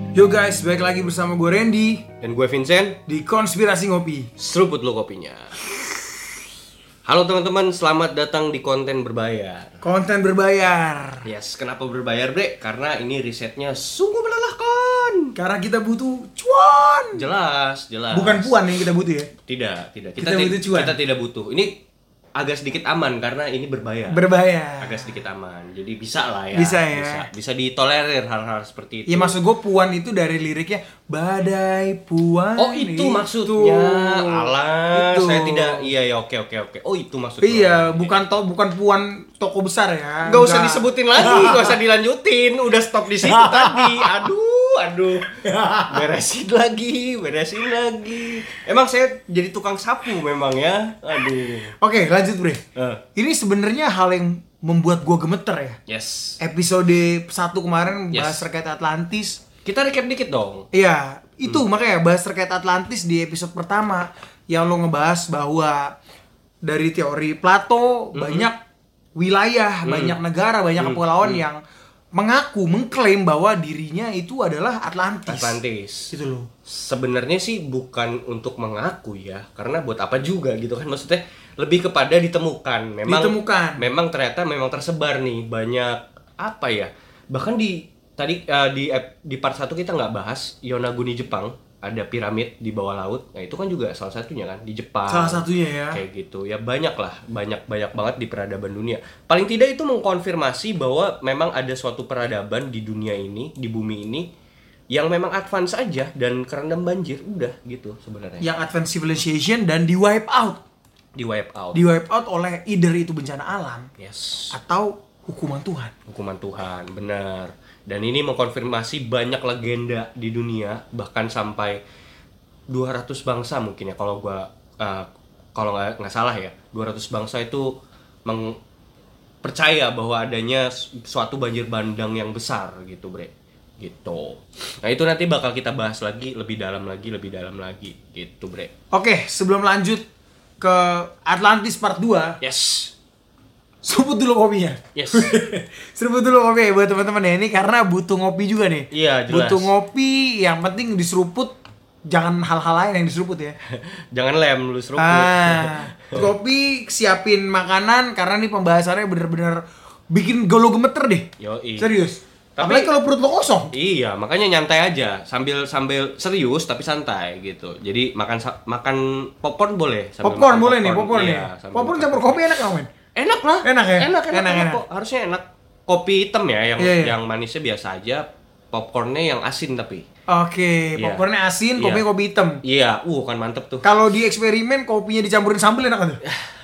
Yo guys, balik lagi bersama gue Randy Dan gue Vincent di Konspirasi Ngopi. Seruput lo kopinya. Halo teman-teman, selamat datang di konten berbayar. Konten berbayar. Yes, kenapa berbayar bre? Karena ini risetnya sungguh melelahkan. Karena kita butuh cuan. Jelas. Bukan puan yang kita butuh ya. Tidak. Kita butuh cuan. Kita tidak butuh. Ini agak sedikit aman karena ini berbayar. Berbayar. Agak sedikit aman. Jadi bisa lah ya. Bisa ya. Bisa ditolerir hal-hal seperti itu. Ya maksud gue puan itu dari liriknya badai puan. Oh itu maksudnya. Alah, Itu. saya tidak. Iya oke. Oh itu maksudnya. Iya, bukan puan toko besar ya. Gak usah disebutin lagi, gak usah dilanjutin. Udah stop di situ tadi. Aduh. Beresin lagi. Emang saya jadi tukang sapu memang ya. Aduh. Oke, lanjut bre. Ini sebenarnya hal yang membuat gue gemeter ya. Yes. Episode 1 kemarin Yes. bahas terkait Atlantis. Kita recap dikit dong. Iya, itu makanya bahas terkait Atlantis di episode pertama yang lo ngebahas bahwa dari teori Plato banyak wilayah, banyak negara, banyak kepulauan yang mengklaim bahwa dirinya itu adalah Atlantis. Gitu loh. Sebenarnya sih bukan untuk mengaku ya, karena buat apa juga gitu kan, maksudnya lebih kepada ditemukan. Memang ternyata memang tersebar nih banyak apa ya. Bahkan di part 1 kita nggak bahas Yonaguni Jepang, ada piramid di bawah laut. Nah, itu kan juga salah satunya kan di Jepang. Salah satunya ya. Kayak gitu. Ya banyak banget di peradaban dunia. Paling tidak itu mengkonfirmasi bahwa memang ada suatu peradaban di dunia ini, di bumi ini yang memang advance aja dan kerendam banjir, udah gitu sebenarnya. Yang advanced civilization dan di wipe out. Di wipe out. Di wipe out oleh either itu bencana alam Yes. atau hukuman Tuhan. Hukuman Tuhan, benar. Dan ini mengkonfirmasi banyak legenda di dunia, bahkan sampai 200 bangsa mungkin ya kalau nggak salah ya. 200 bangsa itu percaya bahwa adanya suatu banjir bandang yang besar gitu, bre. Gitu. Nah, itu nanti bakal kita bahas lagi lebih dalam lagi gitu, bre. Oke, sebelum lanjut ke Atlantis part 2, Yes. seruput dulu kopinya. Yes. Seruput dulu kopi ya buat teman-teman ya. Ini karena butuh ngopi juga nih. Iya, jelas. Butuh ngopi, yang penting diseruput. Jangan hal-hal lain yang diseruput ya. Jangan lem lu seruput. Kopi, siapin makanan karena nih pembahasannya bener-bener bikin lo gemeter deh. Yoi. Serius. Tapi apalagi kalau perut lo kosong. Iya, makanya nyantai aja, sambil serius tapi santai gitu. Jadi makan popcorn boleh. Popcorn boleh nih, popcorn iya, nih. Popcorn campur kopi enak nggak, men? Enak lah. Enak ya? Enak. Harusnya enak. Kopi hitam ya, Iya. yang manisnya biasa aja. Popcornnya yang asin tapi. Oke, Iya. popcornnya asin, kopinya Iya. kopi hitam. Iya, kan mantep tuh. Kalau di eksperimen kopinya dicampurin sambal enak kan tuh?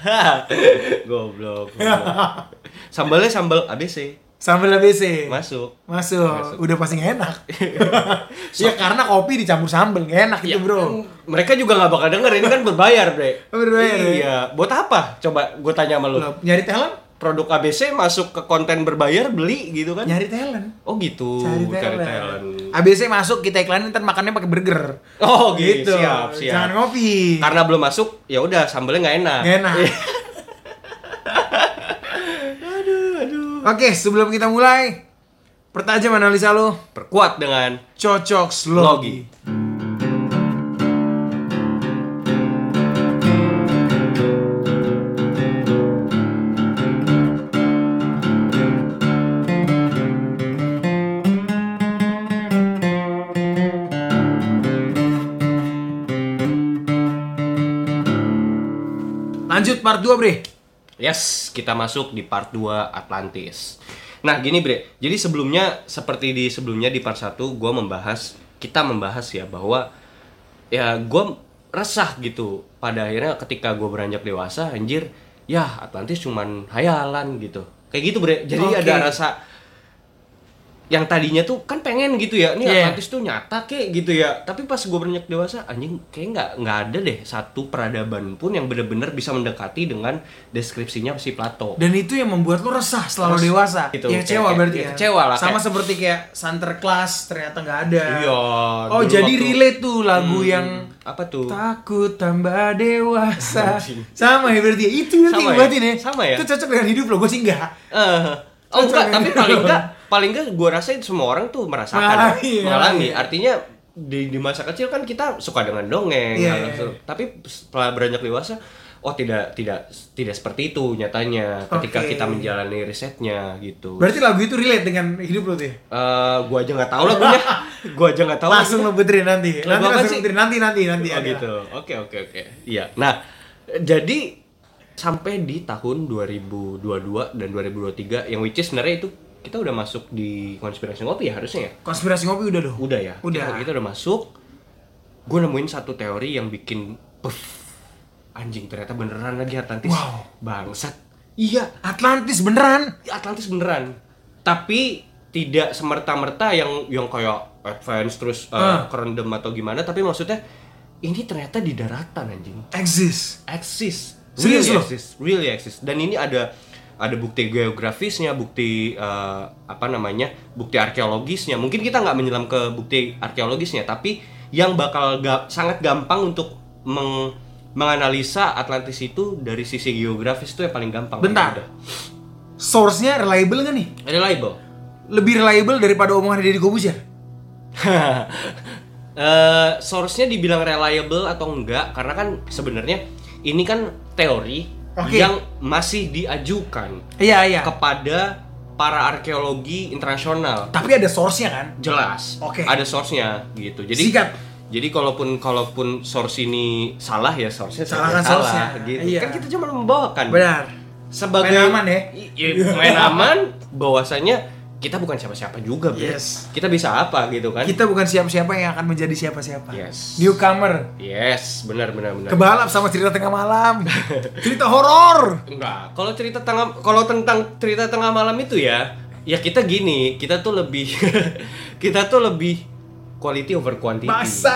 Goblok. Sambalnya sambal ABC. Sambal ABC. Masuk. Udah pasti gak enak. Ya karena kopi dicampur sambal, gak enak itu, bro. Mereka juga gak bakal denger, ini kan berbayar, bre. Berbayar, iya. Buat apa? Coba gue tanya sama lu. Nyari talent? Produk ABC masuk ke konten berbayar, beli gitu kan? Nyari talent. Oh gitu, cari talent. ABC masuk, kita iklanin, ntar makannya pakai burger. Oh gitu, siap. Jangan ngopi. Karena belum masuk, ya udah sambalnya nggak enak. Gak enak. Aduh. Oke, sebelum kita mulai, pertajam analisa lo. Perkuat dengan Cocok Slogi. Lanjut part 2, Bre. Yes, kita masuk di part 2 Atlantis. Nah gini bre, jadi seperti di sebelumnya di part 1 kita membahas ya bahwa ya gue resah gitu. Pada akhirnya ketika gue beranjak dewasa, anjir, ya Atlantis cuman hayalan gitu. Kayak gitu bre, jadi ada rasa yang tadinya tuh kan pengen gitu ya, nih Atlantis tuh nyata kayak gitu ya. Tapi pas gue beranjak dewasa, anjing kayak nggak ada deh satu peradaban pun yang benar-benar bisa mendekati dengan deskripsinya si Plato. Dan itu yang membuat lo resah selalu dewasa. Gitu, ya kecewa berarti ya. Kecewa lah. Sama seperti kayak Sinterklas ternyata nggak ada. Iya. Oh jadi relate tuh lagu yang apa tuh? Takut tambah dewasa. Sama ya berarti. Itu berarti sama berarti ya? nih. Sama ya? Itu cocok dengan hidup lo, gue sih enggak. Oh enggak, tapi paling enggak gue rasa semua orang tuh merasakan, mengalami. Iya. Artinya di masa kecil kan kita suka dengan dongeng, tapi setelah beranjak dewasa, tidak seperti itu nyatanya ketika kita menjalani risetnya gitu. Berarti lagu itu relate dengan hidup lo tuh? Gua aja nggak tahu lagunya. Gua aja nggak tahu. Langsung lo puterin nanti. Nanti. Oh gitu. Oke. Iya. Nah, jadi sampai di tahun 2022 dan 2023 yang which is sebenarnya itu kita udah masuk di konspirasi ngopi ya harusnya ya. Konspirasi ngopi udah dong. Udah ya. Udah. Kita udah masuk. Gue nemuin satu teori yang bikin anjing ternyata beneran lagi Atlantis. Wow. Bangsat. Iya, Atlantis beneran. Atlantis beneran. Tapi tidak semerta-merta yang kayak advance terus kerendam atau gimana, tapi maksudnya ini ternyata di daratan anjing. Exist. Serius loh? Really exist. Dan ini ada bukti geografisnya, bukti bukti arkeologisnya. Mungkin kita nggak menyelam ke bukti arkeologisnya, tapi yang bakal sangat gampang untuk menganalisa Atlantis itu dari sisi geografis itu yang paling gampang. Bentar. Source-nya reliable nggak nih? Reliable. Lebih reliable daripada omongan Deddy Corbuzier? Source-nya dibilang reliable atau enggak, karena kan sebenarnya ini kan teori yang masih diajukan kepada para arkeologi internasional. Tapi ada source-nya kan? Jelas. Ada source-nya gitu. Jadi sikat. Jadi kalaupun source ini salah ya source-nya salah gitu. Iya. Kan kita cuma membawakan. Benar. Sebagai main aman ya. Main aman bahwasanya kita bukan siapa-siapa juga, Bro. Yes. Kita bisa apa gitu kan? Kita bukan siapa-siapa yang akan menjadi siapa-siapa. Yes. Newcomer. Yes, benar. Kebalap sama cerita tengah malam. Cerita horor. Enggak. Kalau tentang cerita tengah malam itu ya kita gini, kita tuh lebih quality over quantity.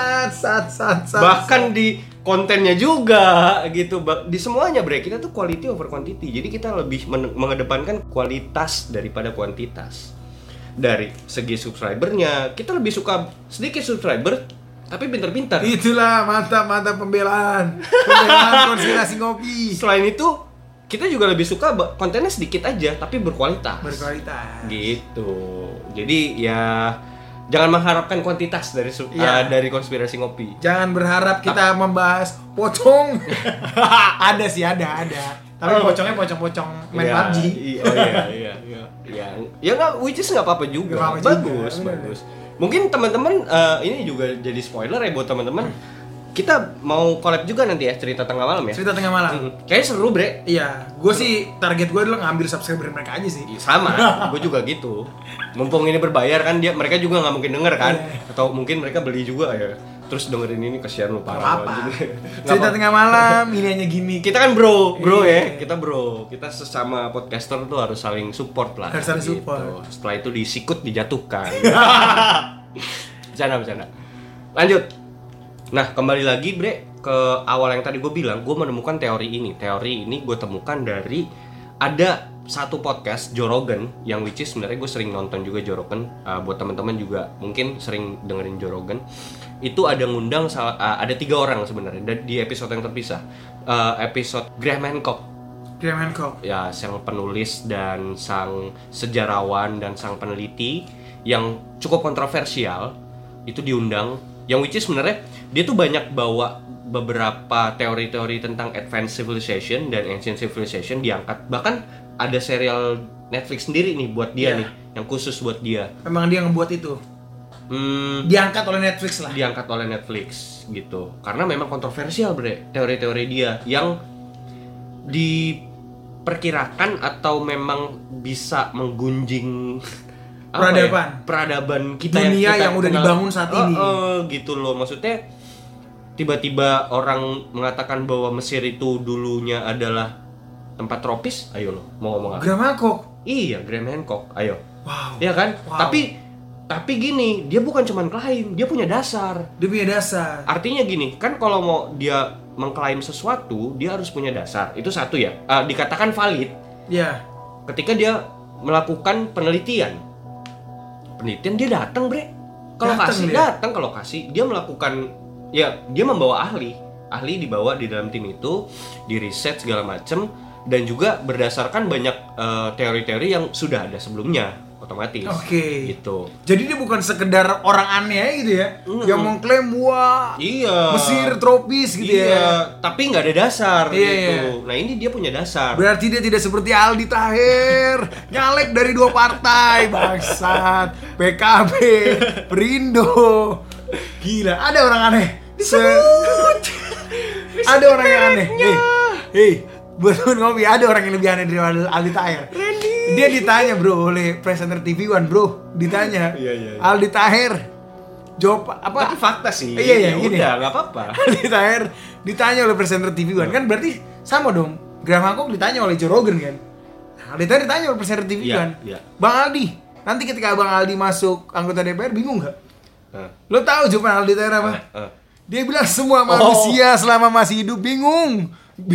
Bahkan di kontennya juga gitu. Di semuanya bre, kita tuh quality over quantity. Jadi kita lebih mengedepankan kualitas daripada kuantitas. Dari segi subscribernya, kita lebih suka sedikit subscriber tapi pintar-pintar. Itulah mantap pembelaan konspirasi ngopi. Selain itu, kita juga lebih suka kontennya sedikit aja tapi berkualitas. Gitu. Jadi ya jangan mengharapkan kuantitas dari konspirasi ngopi. Jangan berharap kita membahas pocong. Ada. Tapi pocongnya pocong main PUBG. Iya. Ya nggak, which is nggak apa-apa juga. Bagus. Mungkin teman-teman ini juga jadi spoiler ya buat teman-teman. Kita mau collab juga nanti ya cerita tengah malam ya. Cerita tengah malam. Kayaknya seru bre. Iya. Gue sih target gue adalah ngambil subscriber mereka aja sih. Sama. Gue juga gitu. Mumpung ini berbayar kan mereka juga nggak mungkin denger kan. Atau mungkin mereka beli juga ya. Terus dengerin ini kasihan lu parah. Cerita tengah malam ini hanya gimmick. Kita kan bro ya. Kita sesama podcaster tuh harus saling support lah. Harus saling support. Setelah itu disikut dijatuhkan. Bercanda. Lanjut. Nah, kembali lagi bre ke awal yang tadi gue bilang, gue menemukan teori ini. Teori ini gue temukan dari ada satu podcast Joe Rogan yang which is sebenarnya gue sering nonton juga Joe Rogan. Buat teman-teman juga mungkin sering dengerin Joe Rogan. Itu ada ngundang ada 3 orang sebenarnya di episode yang terpisah. Episode Graham Hancock. Ya, sang penulis dan sang sejarawan dan sang peneliti yang cukup kontroversial itu diundang. Yang which is sebenarnya dia tuh banyak bawa beberapa teori-teori tentang advanced civilization dan ancient civilization diangkat. Bahkan ada serial Netflix sendiri nih buat dia nih, yang khusus buat dia. Memang dia ngebuat itu? Diangkat oleh Netflix lah. Diangkat oleh Netflix gitu. Karena memang kontroversial bre teori-teori dia yang diperkirakan atau memang bisa menggunjing peradaban kita dunia yang udah dibangun saat ini. Gitu loh, maksudnya tiba-tiba orang mengatakan bahwa Mesir itu dulunya adalah tempat tropis. Ayo lo, mau ngomong apa? Graham Hancock. Iya, Graham Hancock. Ayo. Wow. Iya kan? Wow. Tapi gini, dia bukan cuma klaim, dia punya dasar. Artinya gini, kan kalau mau dia mengklaim sesuatu, dia harus punya dasar. Itu satu ya. Dikatakan valid. Iya. Ketika dia melakukan penelitian dia datang bre. Kalau kasih dia melakukan ya, dia membawa ahli dibawa di dalam tim itu, di riset segala macem, dan juga berdasarkan banyak teori-teori yang sudah ada sebelumnya otomatis. Oke. Gitu. Jadi dia bukan sekedar orang aneh aja gitu ya, yang mengklaim wah Iya. Mesir tropis gitu ya. Tapi nggak ada dasar Iya, gitu. iya. Nah ini dia punya dasar. Berarti dia tidak seperti Aldi Taher, nyalek dari 2 partai, bangsat, PKB, Perindo. Gila, ada orang aneh. Ada orang yang aneh. Hei, buat ngopi, ada orang yang lebih aneh dari Aldi Taher. Dia ditanya bro oleh presenter TV One bro, ditanya Iya. Aldi Taher jawab apa? Tapi fakta sih. Iya, Ya gini. udah nggak apa-apa. Aldi Taher ditanya oleh presenter TV One, kan berarti sama dong. Graham Hancock ditanya oleh Joe Rogan kan. Nah, Aldi Taher ditanya oleh presenter TV Iya, One. iya. Bang Aldi, nanti ketika Bang Aldi masuk anggota DPR bingung nggak? Nah, Lo tahu jawaban Aldi Taher apa? eh. Dia bilang semua manusia selama masih hidup bingung.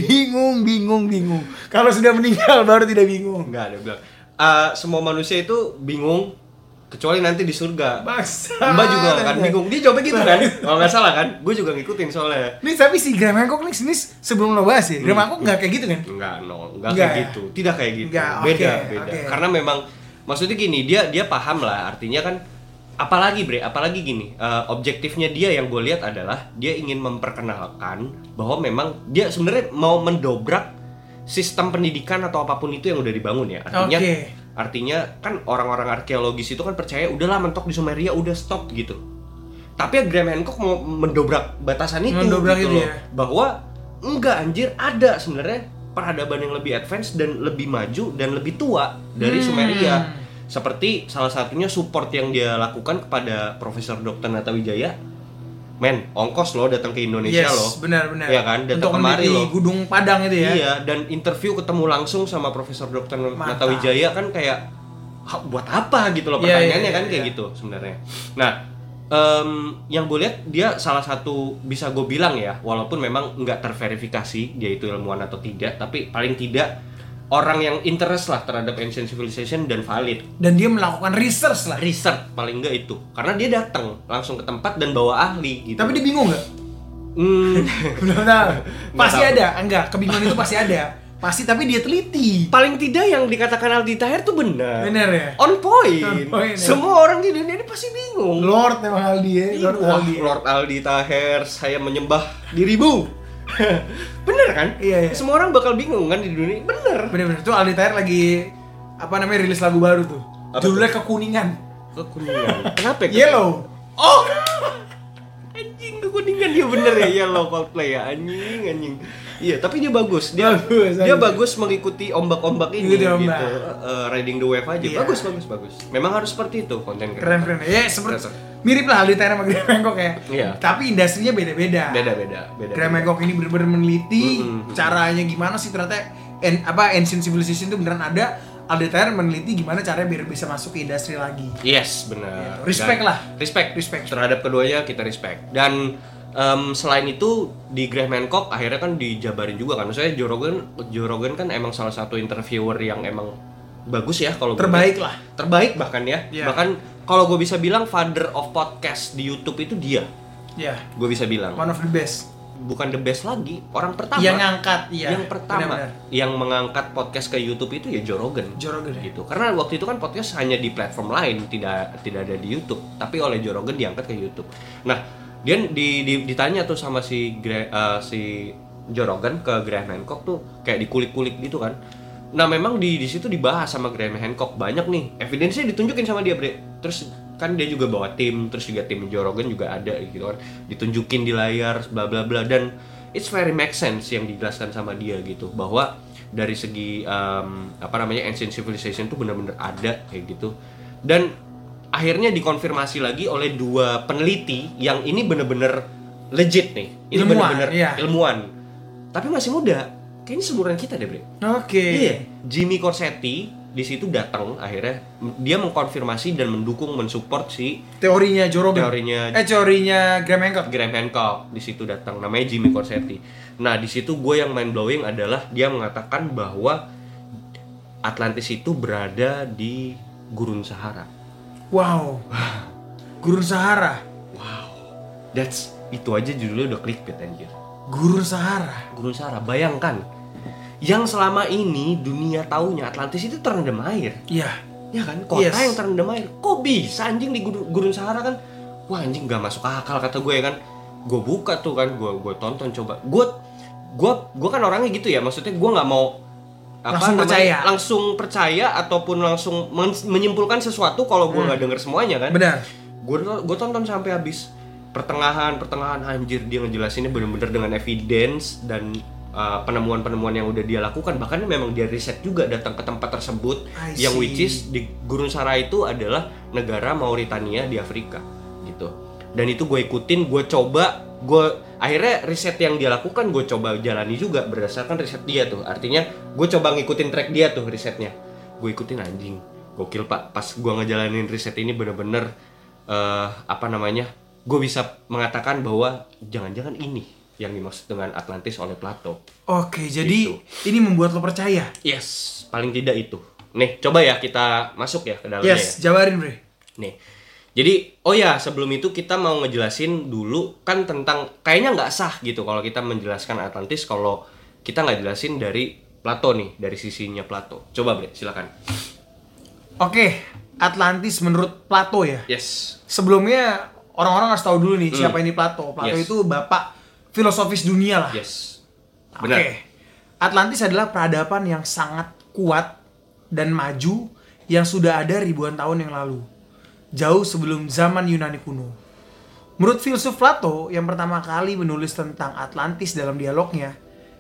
Kalau sudah meninggal baru tidak bingung. Nggak ada bilang. Semua manusia itu bingung kecuali nanti di surga. Bangsa. Mbak juga akan bingung. Dia jawabnya gitu kan? Kalau nggak salah kan? Gue juga ngikutin soalnya. Nih tapi si Graham Hancock nih sini sebelum lo bahas ya, Graham Hancock nggak kayak gitu kan? Enggak Nggak kayak ya? gitu. Tidak kayak gitu. Nggak, Beda. oke. Karena memang maksudnya gini, dia paham lah. Artinya kan apalagi gini, objektifnya dia yang gue lihat adalah dia ingin memperkenalkan bahwa memang dia sebenarnya mau mendobrak sistem pendidikan atau apapun itu yang udah dibangun ya. Artinya kan orang-orang arkeologis itu kan percaya udahlah mentok di Sumeria udah stop gitu. Tapi Graham Hancock mau mendobrak batasan itu gitu loh. ya. Bahwa enggak anjir, ada sebenarnya peradaban yang lebih advance dan lebih maju dan lebih tua dari Sumeria. Seperti salah satunya support yang dia lakukan kepada Profesor Dr. Nata Wijaya. Men, ongkos loh datang ke Indonesia loh. Benar. Iya kan, datang Untuk kemari meneliti loh. Gudung Padang itu ya. Iya, dan interview ketemu langsung sama Profesor Dr. Nata Wijaya kan kayak buat apa gitu loh pertanyaannya kan kayak gitu sebenarnya. Nah, yang gue lihat dia salah satu bisa gue bilang ya, walaupun memang nggak terverifikasi dia itu ilmuwan atau tidak, tapi paling tidak orang yang interest lah terhadap ancient civilization dan valid. Dan dia melakukan research lah. Research paling enggak itu, karena dia datang langsung ke tempat dan bawa ahli gitu. Tapi dia bingung nggak? Belum tahu. Pasti ada, enggak? Kebingungan itu pasti ada. Pasti, tapi dia teliti. Paling tidak yang dikatakan Aldi Taher tuh benar. Benar ya. On point. On point, ya. Semua orang di dunia ini pasti bingung. Lord memang Aldi ya. Lord Aldi Taher, saya menyembah dirimu. Bener kan? Iya. Semua orang bakal bingung kan di dunia. Bener. Bener. Itu Aldi Taher lagi apa namanya rilis lagu baru tuh. Judulnya Kekuningan. Kekuningan. Kenapa? Yellow. Oh. Anjing kekuningan dia bener ya Yellow Coldplay ya anjing. Iya, tapi dia bagus. Dia bagus mengikuti ombak-ombak ini gitu. Riding the wave aja. Iya. Bagus. Memang harus seperti itu konten Keren. Ya, seperti mirip lah Aldi Taher sama Graham Hancock ya. Iya. Tapi industrinya beda-beda. Beda. Graham Hancock ini benar-benar meneliti caranya gimana sih ternyata ancient civilization itu beneran ada. Aldi Taher meneliti gimana caranya biar bisa masuk ke industri lagi. Yes, benar. Respect lah. Respect. Terhadap keduanya kita respect. Dan selain itu di Graham Hancock akhirnya kan dijabarin juga kan. Maksudnya Joe Rogan kan emang salah satu interviewer yang emang bagus ya kalau terbaik lah. Terbaik bahkan ya. Yeah. Bahkan kalau gue bisa bilang father of podcast di YouTube itu dia. Iya. Yeah. Gue bisa bilang. One of the best. Bukan the best lagi, orang pertama. Yang ngangkat, iya. Yang pertama. Benar-benar. Yang mengangkat podcast ke YouTube itu ya Joe Rogan. Ya? Gitu. Karena waktu itu kan podcast hanya di platform lain, tidak ada di YouTube, tapi oleh Joe Rogan diangkat ke YouTube. Nah, dia ditanya tuh sama si Joe Rogan ke Graham Hancock tuh kayak dikulik-kulik gitu kan. Nah, memang di situ dibahas sama Graham Hancock banyak nih, evidence-nya ditunjukin sama dia, Bre. Terus kan dia juga bawa tim, terus juga tim Joe Rogan juga ada gitu kan. Ditunjukin di layar bla bla bla, dan it's very make sense yang dijelaskan sama dia gitu, bahwa dari segi ancient civilization itu benar-benar ada kayak gitu. Dan akhirnya dikonfirmasi lagi oleh 2 peneliti yang ini benar-benar legit nih. Ini benar-benar ilmuwan. Tapi masih muda. Kayaknya seumuran kita deh, Bre. Oke. Iya. Jimmy Corsetti di situ datang, akhirnya dia mengkonfirmasi dan mendukung mensupport si teorinya Joe Rogan. Teorinya Graham Hancock di situ datang, namanya Jimmy Corsetti. Nah, di situ gue yang mind blowing adalah dia mengatakan bahwa Atlantis itu berada di Gurun Sahara. Wow. Gurun Sahara. Wow. Itu aja judulnya udah clickbait anjir. Gurun Sahara. Bayangkan. Yang selama ini dunia taunya Atlantis itu terendam air. Iya. Ya kan, kota Yes. yang terendam air. Kok bisa anjing di gurun Sahara kan? Wah anjing gak masuk akal kata gue kan. Gue buka tuh kan, gue tonton coba. Gue kan orangnya gitu ya, maksudnya gue nggak mau langsung percaya ataupun langsung menyimpulkan sesuatu kalau gue nggak denger semuanya kan. Benar. Gue tonton sampai habis. Pertengahan anjir dia ngejelasinnya bener-bener dengan evidence dan penemuan-penemuan yang udah dia lakukan, bahkan memang dia riset juga datang ke tempat tersebut yang which is di Gurun Sahara itu adalah negara Mauritania di Afrika gitu. Dan itu gue ikutin, gue coba, akhirnya riset yang dia lakukan gue coba jalani juga berdasarkan riset dia tuh. Artinya gue coba ngikutin track dia tuh risetnya. Gue ikutin anjing. Gokil Pak, pas gue ngejalanin riset ini bener-bener gue bisa mengatakan bahwa jangan-jangan ini yang dimaksud dengan Atlantis oleh Plato. Oke, jadi ini membuat lo percaya? Yes, paling tidak itu. Nih, coba ya kita masuk ya ke dalamnya. Yes, jabarin Bre. Nih, jadi sebelum itu kita mau ngejelasin dulu kan tentang kayaknya nggak sah gitu kalau kita menjelaskan Atlantis kalau kita nggak jelasin dari Plato nih, dari sisinya Plato. Coba Bre, silakan. Oke, Atlantis menurut Plato ya. Yes. Sebelumnya orang-orang harus tahu dulu nih siapa ini Plato. Plato itu bapak filosofis dunia lah. Yes. Benar. Oke. Atlantis adalah peradaban yang sangat kuat dan maju yang sudah ada ribuan tahun yang lalu. Jauh sebelum zaman Yunani kuno. Menurut filsuf Plato yang pertama kali menulis tentang Atlantis dalam dialognya,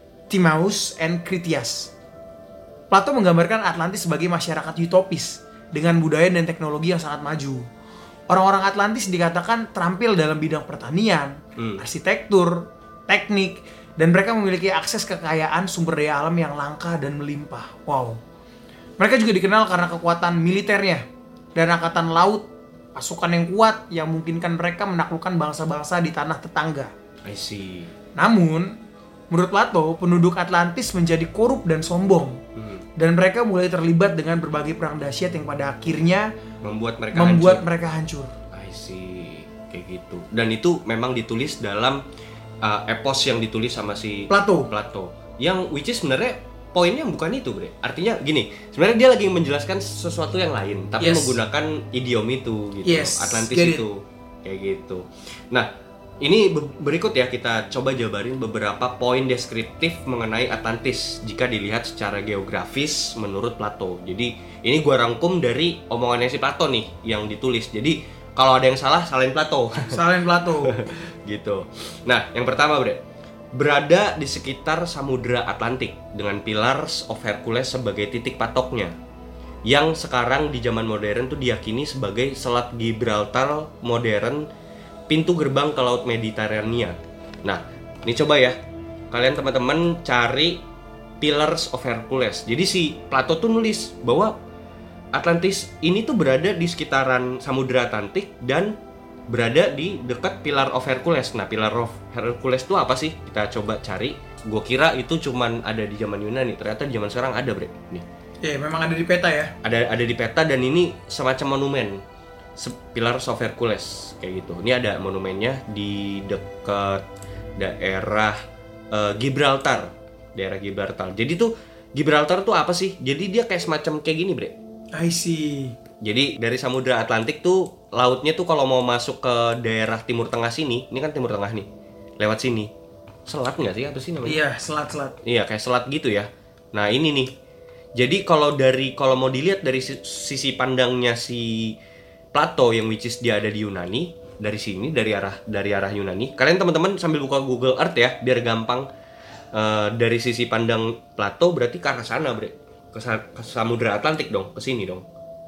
Timaeus and Critias. Plato menggambarkan Atlantis sebagai masyarakat utopis dengan budaya dan teknologi yang sangat maju. Orang-orang Atlantis dikatakan terampil dalam bidang pertanian, arsitektur, teknik, dan mereka memiliki akses kekayaan sumber daya alam yang langka dan melimpah. Wow. Mereka juga dikenal karena kekuatan militernya dan angkatan laut, pasukan yang kuat yang memungkinkan mereka menaklukkan bangsa-bangsa di tanah tetangga. I see. Namun, menurut Plato, penduduk Atlantis menjadi korup dan sombong. Dan mereka mulai terlibat dengan berbagai perang dahsyat yang pada akhirnya membuat mereka hancur. I see. Kayak gitu. Dan itu memang ditulis dalam epos yang ditulis sama si Plato. Yang which is sebenarnya poinnya bukan itu, Bre. Artinya gini, sebenarnya dia lagi menjelaskan sesuatu yang lain, tapi menggunakan idiom itu gitu. Atlantis itu. Kayak gitu. Nah, ini berikut ya kita coba jabarin beberapa poin deskriptif mengenai Atlantis jika dilihat secara geografis menurut Plato. Jadi ini gua rangkum dari omongannya si Plato nih yang ditulis. Jadi kalau ada yang salah, salahin Plato. Salahin Plato. Gitu. Nah, yang pertama, Bre, berada di sekitar Samudra Atlantik dengan Pillars of Hercules sebagai titik patoknya, yang sekarang di zaman modern tuh diyakini sebagai Selat Gibraltar modern, pintu gerbang ke Laut Mediterania. Nah, ini coba ya, kalian teman-teman cari Pillars of Hercules. Jadi si Plato tuh nulis bahwa Atlantis ini tuh berada di sekitaran Samudra Atlantik dan berada di dekat Pillar of Hercules. Nah, Pillar of Hercules itu apa sih? Kita coba cari. Gue kira itu cuman ada di zaman Yunani, ternyata di zaman sekarang ada, Bre. Nih. Ya, memang ada di peta ya. Ada di peta dan ini semacam monumen. Pillar of Hercules kayak gitu. Ini ada monumennya di dekat daerah Gibraltar. Daerah Gibraltar. Jadi tuh Gibraltar tuh apa sih? Jadi dia kayak semacam kayak gini, Bre. I see. Jadi dari Samudra Atlantik tuh lautnya tuh kalau mau masuk ke daerah Timur Tengah sini, ini kan Timur Tengah nih, lewat sini. Selat nggak sih? Apa sih namanya? Iya, selat. Iya, kayak selat gitu ya. Nah ini nih. Jadi kalau mau dilihat dari sisi pandangnya si Plato yang which is dia ada di Yunani, dari sini dari arah Yunani. Kalian teman-teman sambil buka Google Earth ya, biar gampang. Dari sisi pandang Plato berarti ke arah sana, Bre. Ke Samudra Atlantik dong, ke sini dong.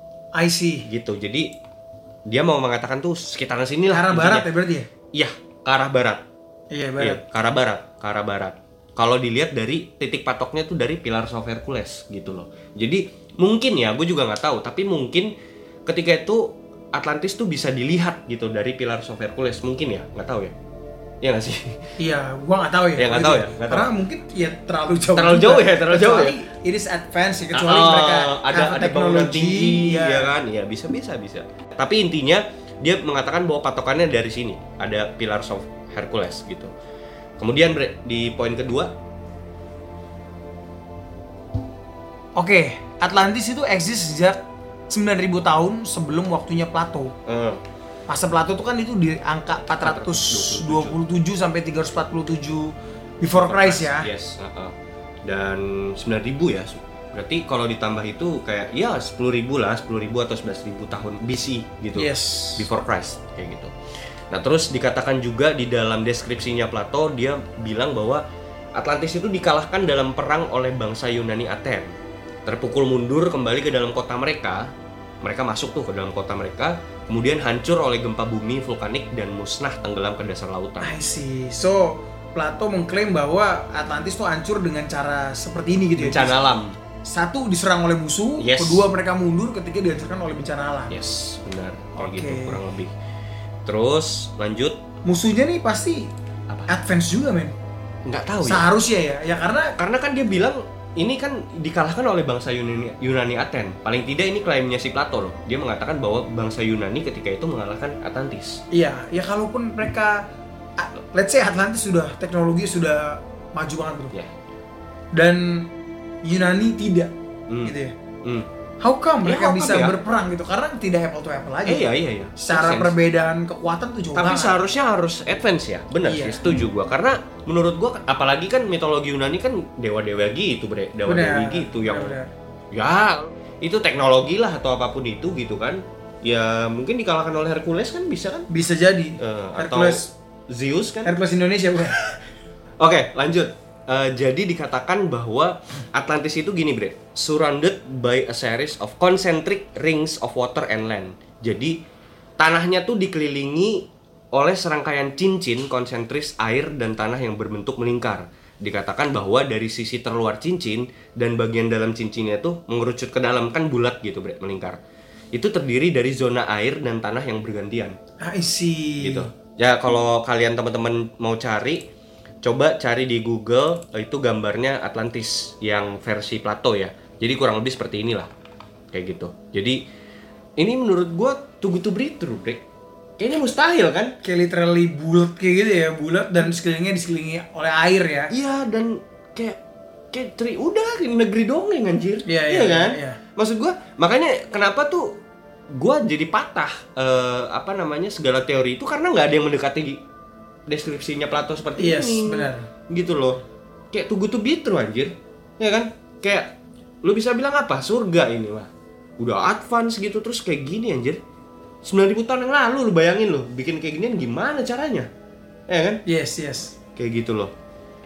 I see. Gitu. Jadi dia mau mengatakan tuh sekitaran sini lah. Ke arah barat ya berarti ya? Iya, ke arah barat. Iya, barat. Iya, ke arah barat. Kalau dilihat dari titik patoknya tuh dari Pillars of Hercules gitu loh. Jadi mungkin ya, gue juga nggak tahu, tapi mungkin ketika itu Atlantis tuh bisa dilihat gitu dari Pillars of Hercules, mungkin ya, nggak tahu ya. Iya nggak sih? Iya, gua nggak tahu ya. Iya nggak tahu ya. Karena mungkin ya terlalu jauh. Terlalu jauh ya. Kecuali it is advance ya, kecuali mereka ada bangunan tinggi, ya kan? Iya bisa. Tapi intinya dia mengatakan bahwa patokannya dari sini ada Pillars of Hercules gitu. Kemudian di poin kedua, oke, Atlantis itu eksis sejak 9.000 tahun sebelum waktunya Plato. Masa Plato itu kan itu di angka 427 sampai 347 before Christ ya. Yes, dan 9.000 ya. Berarti kalau ditambah itu kayak ya 10.000 lah, 10.000 atau 11.000 tahun BC gitu. Yes. Before Christ kayak gitu. Nah, terus dikatakan juga di dalam deskripsinya Plato, dia bilang bahwa Atlantis itu dikalahkan dalam perang oleh bangsa Yunani Aten. Terpukul mundur kembali ke dalam kota mereka. Mereka masuk tuh ke dalam kota mereka, kemudian hancur oleh gempa bumi vulkanik dan musnah tenggelam ke dasar lautan. I see. So, Plato mengklaim bahwa Atlantis tuh hancur dengan cara seperti ini gitu ya. Bencana alam. Satu, diserang oleh musuh, Yes. kedua mereka mundur, ketiga dihancurkan oleh bencana alam. Yes, benar. Kayak Oke. gitu kurang lebih. Terus lanjut, Musuhnya nih pasti apa? advance juga, men. Nggak tahu ya. Seharusnya ya Karena kan dia bilang ini kan dikalahkan oleh bangsa Yunani Aten. Paling tidak ini klaimnya si Plato loh. Dia mengatakan bahwa bangsa Yunani ketika itu mengalahkan Atlantis. iya, ya kalaupun mereka let's say Atlantis sudah teknologi sudah maju banget bro. Ya. Dan Yunani tidak gitu ya. How come Ya, mereka how come bisa ya? berperang gitu? Karena tidak apple to apple lagi. Iya. Secara Make sense. perbedaan kekuatan tuh jauh Tapi banget. seharusnya harus advance ya. Benar Iya. sih, setuju gua. Karena menurut gua apalagi kan mitologi Yunani kan dewa-dewa gitu, Bre. Dewa-dewa gitu yang Benar. ya itu teknologi lah atau apapun itu gitu kan. Ya mungkin dikalahkan oleh Hercules kan bisa kan? Bisa jadi. Atau Hercules Zeus kan? Hercules Indonesia bukan? Oke, lanjut. Jadi dikatakan bahwa Atlantis itu gini, Bre, surrounded by a series of concentric rings of water and land. Jadi tanahnya tuh dikelilingi oleh serangkaian cincin konsentris air dan tanah yang berbentuk melingkar. Dikatakan bahwa dari sisi terluar cincin dan bagian dalam cincinnya tuh mengerucut ke dalam, kan bulat gitu, Bre, melingkar. Itu terdiri dari zona air dan tanah yang bergantian. I see. Gitu. Ya kalau kalian teman-teman mau cari, coba cari di Google, itu gambarnya Atlantis yang versi Plato ya. Jadi kurang lebih seperti inilah. Kayak gitu. Jadi ini menurut gua too good to be true, Bre. Kayaknya mustahil kan? Kayak literally bulat kayak gitu ya, bulat dan sekelilingnya disekelilingi oleh air ya. Iya, dan kayak udah negeri dongeng anjir. Iya, kan? iya. Maksud gua, makanya kenapa tuh gua jadi patah segala teori itu karena nggak ada yang mendekati deskripsinya Plato seperti Yes, ini. benar. Gitu loh. Kayak too good to be true anjir. Ya kan? Kayak lu bisa bilang apa? Surga ini mah. Udah advance gitu terus kayak gini anjir. 9.000 tahun yang lalu lu bayangin lu bikin kayak ginian gimana caranya? Ya kan? Yes. Kayak gitu loh.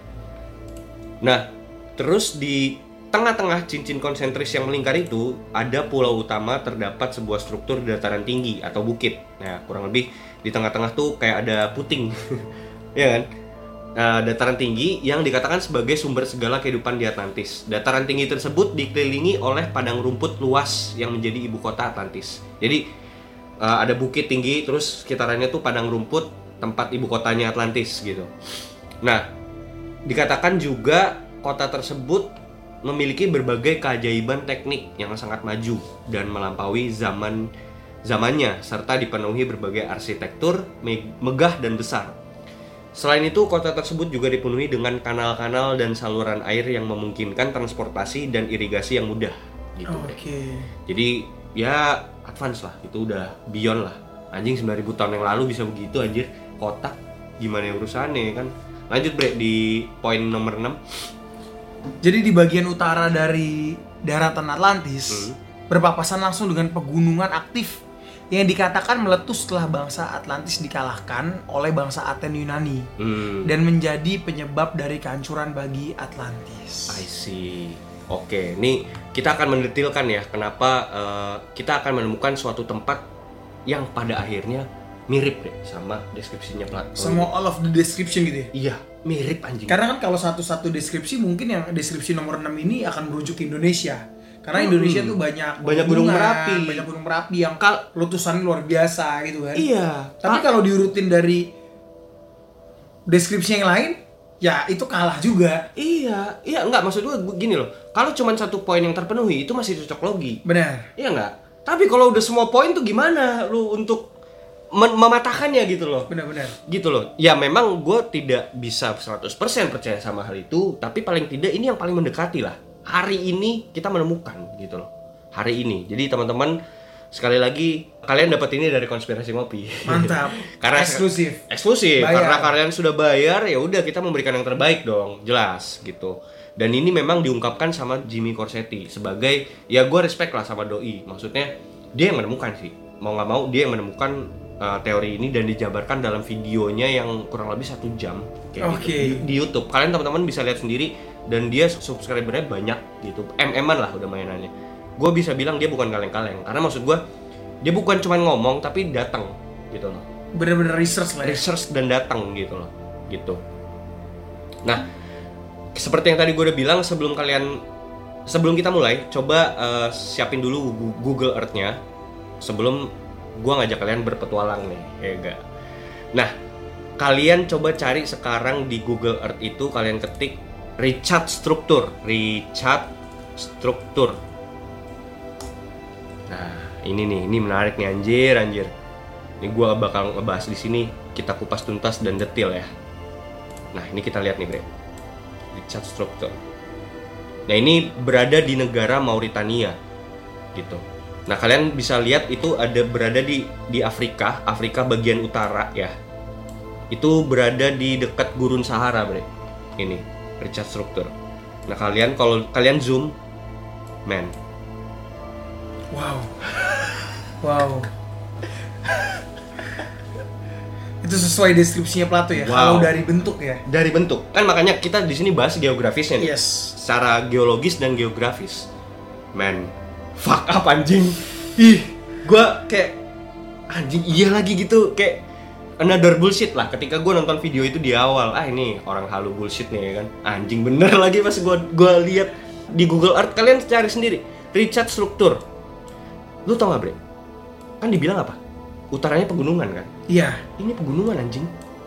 Nah, terus di tengah-tengah cincin konsentris yang melingkar itu ada pulau utama, terdapat sebuah struktur dataran tinggi atau bukit. Nah, kurang lebih di tengah-tengah tuh kayak ada puting. Ya kan? Dataran tinggi yang dikatakan sebagai sumber segala kehidupan di Atlantis. Dataran tinggi tersebut dikelilingi oleh padang rumput luas yang menjadi ibu kota Atlantis. Jadi ada bukit tinggi, terus sekitarannya tuh padang rumput, tempat ibu kotanya Atlantis gitu. Nah, dikatakan juga kota tersebut memiliki berbagai keajaiban teknik yang sangat maju dan melampaui zamannya, serta dipenuhi berbagai arsitektur megah dan besar. Selain itu, kota tersebut juga dipenuhi dengan kanal-kanal dan saluran air yang memungkinkan transportasi dan irigasi yang mudah gitu. Oke. Jadi ya advance lah, itu udah beyond lah. Anjing 9.000 tahun yang lalu bisa begitu anjir. Kota gimana urusannya kan. Lanjut Bre di poin nomor 6. Jadi di bagian utara dari daratan Atlantis berpapasan langsung dengan pegunungan aktif yang dikatakan meletus setelah bangsa Atlantis dikalahkan oleh bangsa Aten Yunani dan menjadi penyebab dari kehancuran bagi Atlantis. I see. Oke, nih kita akan mendetilkan ya kenapa kita akan menemukan suatu tempat yang pada akhirnya mirip deh sama deskripsinya Plato. Semua all of the description gitu ya? Iya, mirip anjing. Karena kan kalau satu-satu deskripsi mungkin yang deskripsi nomor 6 ini akan merujuk ke Indonesia. Karena Indonesia tuh banyak gunung Merapi. Banyak gunung Merapi yang letusannya luar biasa gitu kan. Iya. Tapi kalau diurutin dari deskripsi yang lain, ya itu kalah juga. Iya, enggak maksud gue gini loh. Kalau cuma satu poin yang terpenuhi itu masih cocok logi. Benar. Iya enggak? Tapi kalau udah semua poin tuh gimana lu untuk mematahkannya gitu loh. Benar-benar. Gitu loh. Ya memang gue tidak bisa 100% percaya sama hal itu, tapi paling tidak ini yang paling mendekati lah. Hari ini kita menemukan gitu loh. hari ini. Jadi teman-teman, sekali lagi kalian dapat ini dari Konspirasi Ngopi. Mantap. Karena eksklusif. Bayar. Karena kalian sudah bayar, ya udah kita memberikan yang terbaik dong, jelas gitu. Dan ini memang diungkapkan sama Jimmy Corsetti sebagai, ya gue respect lah sama doi. Maksudnya dia yang menemukan sih, mau nggak mau dia yang menemukan teori ini dan dijabarkan dalam videonya yang kurang lebih 1 jam kayak gitu, di YouTube. Kalian teman-teman bisa lihat sendiri, dan dia subscribernya banyak gitu, MM-an lah udah mainannya. Gue bisa bilang dia bukan kaleng-kaleng, karena maksud gue dia bukan cuma ngomong tapi datang gitu loh. Bener-bener research lah ya. Research dan datang gitu loh, gitu. Nah, seperti yang tadi gue udah bilang, sebelum kita mulai, coba siapin dulu Google Earth-nya sebelum gue ngajak kalian berpetualang nih, ya enggak? Nah, kalian coba cari sekarang di Google Earth itu, kalian ketik Richard Struktur. Nah, ini menarik nih, anjir. Ini gue bakal ngebahas di sini, kita kupas tuntas dan detail ya. Nah, ini kita lihat nih, Bre. Richard Struktur. Nah, ini berada di negara Mauritania, gitu. Nah, kalian bisa lihat itu berada di Afrika bagian utara ya. Itu berada di dekat Gurun Sahara, Bre. Ini Richard Struktur. Nah, kalau kalian zoom, man. Wow. Itu sesuai deskripsinya Plato ya. Wow. Kalau dari bentuk ya. Dari bentuk. Kan makanya kita di sini bahas geografisnya nih. Yes. Secara geologis dan geografis. Man, fuck up anjing. Gua kayak anjing iya lagi gitu, kayak another bullshit lah ketika gue nonton video itu di awal. Ini orang halu bullshit nih ya kan. Anjing bener lagi pas gue lihat di Google Earth. Kalian cari sendiri Richard Struktur. Lu tau gak, Bre? Kan dibilang apa? Utaranya pegunungan kan? Iya. Ini pegunungan anjing.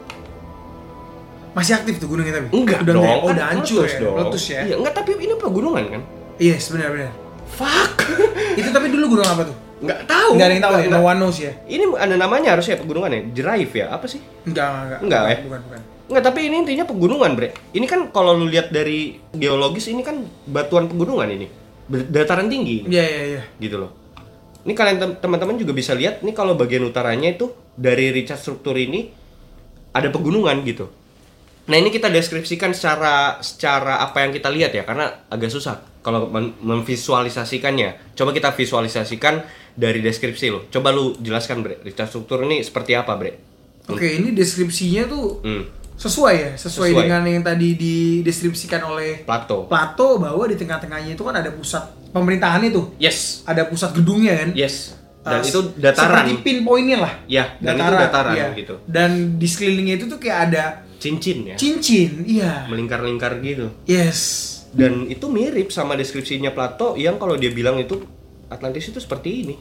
Masih aktif tuh gunungnya tapi? Enggak udah dong. Oh, udah hancur ya? Meletus ya? Iya, enggak, tapi ini pegunungan kan? Iya, benar. Fuck. Itu tapi dulu gunung apa tuh? Enggak tahu. Enggak ada yang tahu ya, no one knows ya. Ini ada namanya harusnya pegunungan ya, Jeraif ya, apa sih? Enggak ya? Bukan. Enggak, tapi ini intinya pegunungan, Bre. Ini kan kalau lu lihat dari geologis, ini kan batuan pegunungan ini. Dataran tinggi. Iya. Gitu loh. Ini kalian teman-teman juga bisa lihat, nih kalau bagian utaranya itu dari Richard Struktur ini ada pegunungan gitu. Nah, ini kita deskripsikan secara apa yang kita lihat ya, karena agak susah kalau memvisualisasikannya. Coba kita visualisasikan dari deskripsi lo. Coba lu jelaskan, Bre, Richard Struktur ini seperti apa, Bre? Oke, ini deskripsinya tuh sesuai dengan yang tadi dideskripsikan oleh Plato, bahwa di tengah-tengahnya itu kan ada pusat pemerintahan itu. Yes. Ada pusat gedungnya kan? Yes. Dan itu dataran. Seperti pinpointnya lah. Ya, dan itu dataran ya. Gitu. Dan di sekelilingnya itu tuh kayak ada cincin ya. Iya. Melingkar-lingkar gitu. Yes. Dan itu mirip sama deskripsinya Plato yang kalau dia bilang itu Atlantis itu seperti ini.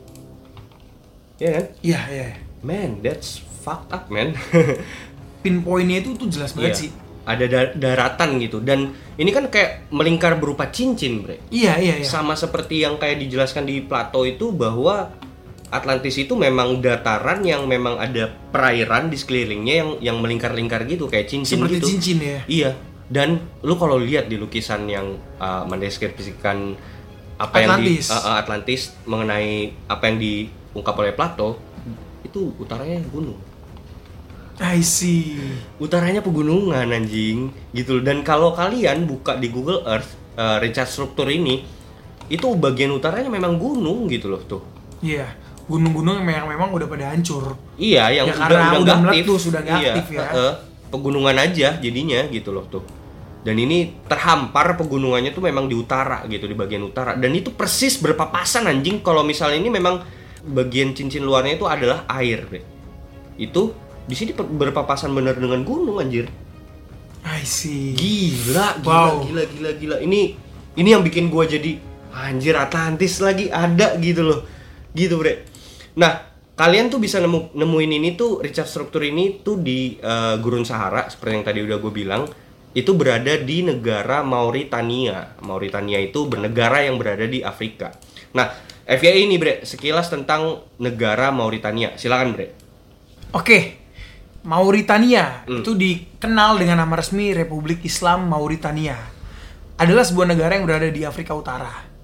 Ya kan? Iya. Man, that's fucked up, man. Pinpointnya itu tuh jelas banget sih. Ada daratan gitu, dan ini kan kayak melingkar berupa cincin, Bre. Iya. Sama seperti yang kayak dijelaskan di Plato itu, bahwa Atlantis itu memang dataran yang memang ada perairan di sekelilingnya yang melingkar-lingkar gitu kayak cincin seperti gitu. Seperti cincin ya. Iya. Dan lu kalau lihat di lukisan yang mendeskripsikan apa Atlantis. yang di Atlantis mengenai apa yang diungkap oleh Plato, itu utaranya gunung. I see. Utaranya pegunungan anjing gitu loh. Dan kalau kalian buka di Google Earth Richard Struktur ini, itu bagian utaranya memang gunung gitu loh tuh. Iya, gunung-gunung yang memang udah pada hancur. Iya, yang udah aktif. Meletus, udah nggak aktif ya. Pegunungan aja jadinya gitu loh tuh. Dan ini terhampar pegunungannya tuh memang di utara gitu, di bagian utara. Dan itu persis berpapasan anjing, kalau misalnya ini memang bagian cincin luarnya itu adalah air, Bre. Itu di sini berpapasan bener dengan gunung anjir. I see. Gila. Ini yang bikin gua jadi anjir, Atlantis lagi ada gitu loh. Gitu, Bre. Nah, kalian tuh bisa nemuin ini tuh Richard Struktur ini tuh di Gurun Sahara seperti yang tadi udah gue bilang. Itu berada di negara Mauritania. Mauritania itu negara yang berada di Afrika. Nah, FYI ini, Bre, sekilas tentang negara Mauritania. Silakan, Bre. Oke. Mauritania itu dikenal dengan nama resmi Republik Islam Mauritania. Adalah sebuah negara yang berada di Afrika Utara.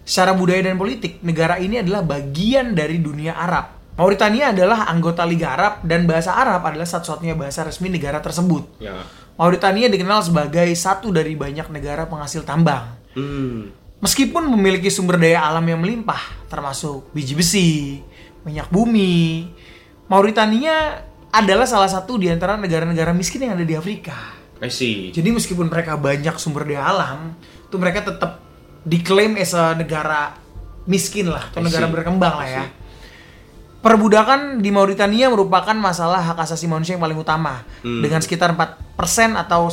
Secara budaya dan politik, negara ini adalah bagian dari dunia Arab. Mauritania adalah anggota Liga Arab dan bahasa Arab adalah satu-satunya bahasa resmi negara tersebut. Ya. Mauritania dikenal sebagai satu dari banyak negara penghasil tambang. Meskipun memiliki sumber daya alam yang melimpah, termasuk biji besi, minyak bumi, Mauritania adalah salah satu di antara negara-negara miskin yang ada di Afrika. I see. Jadi meskipun mereka banyak sumber daya alam, tuh mereka tetap diklaim as a negara miskin lah, atau negara berkembang lah ya. Perbudakan di Mauritania merupakan masalah hak asasi manusia yang paling utama, dengan sekitar 4% atau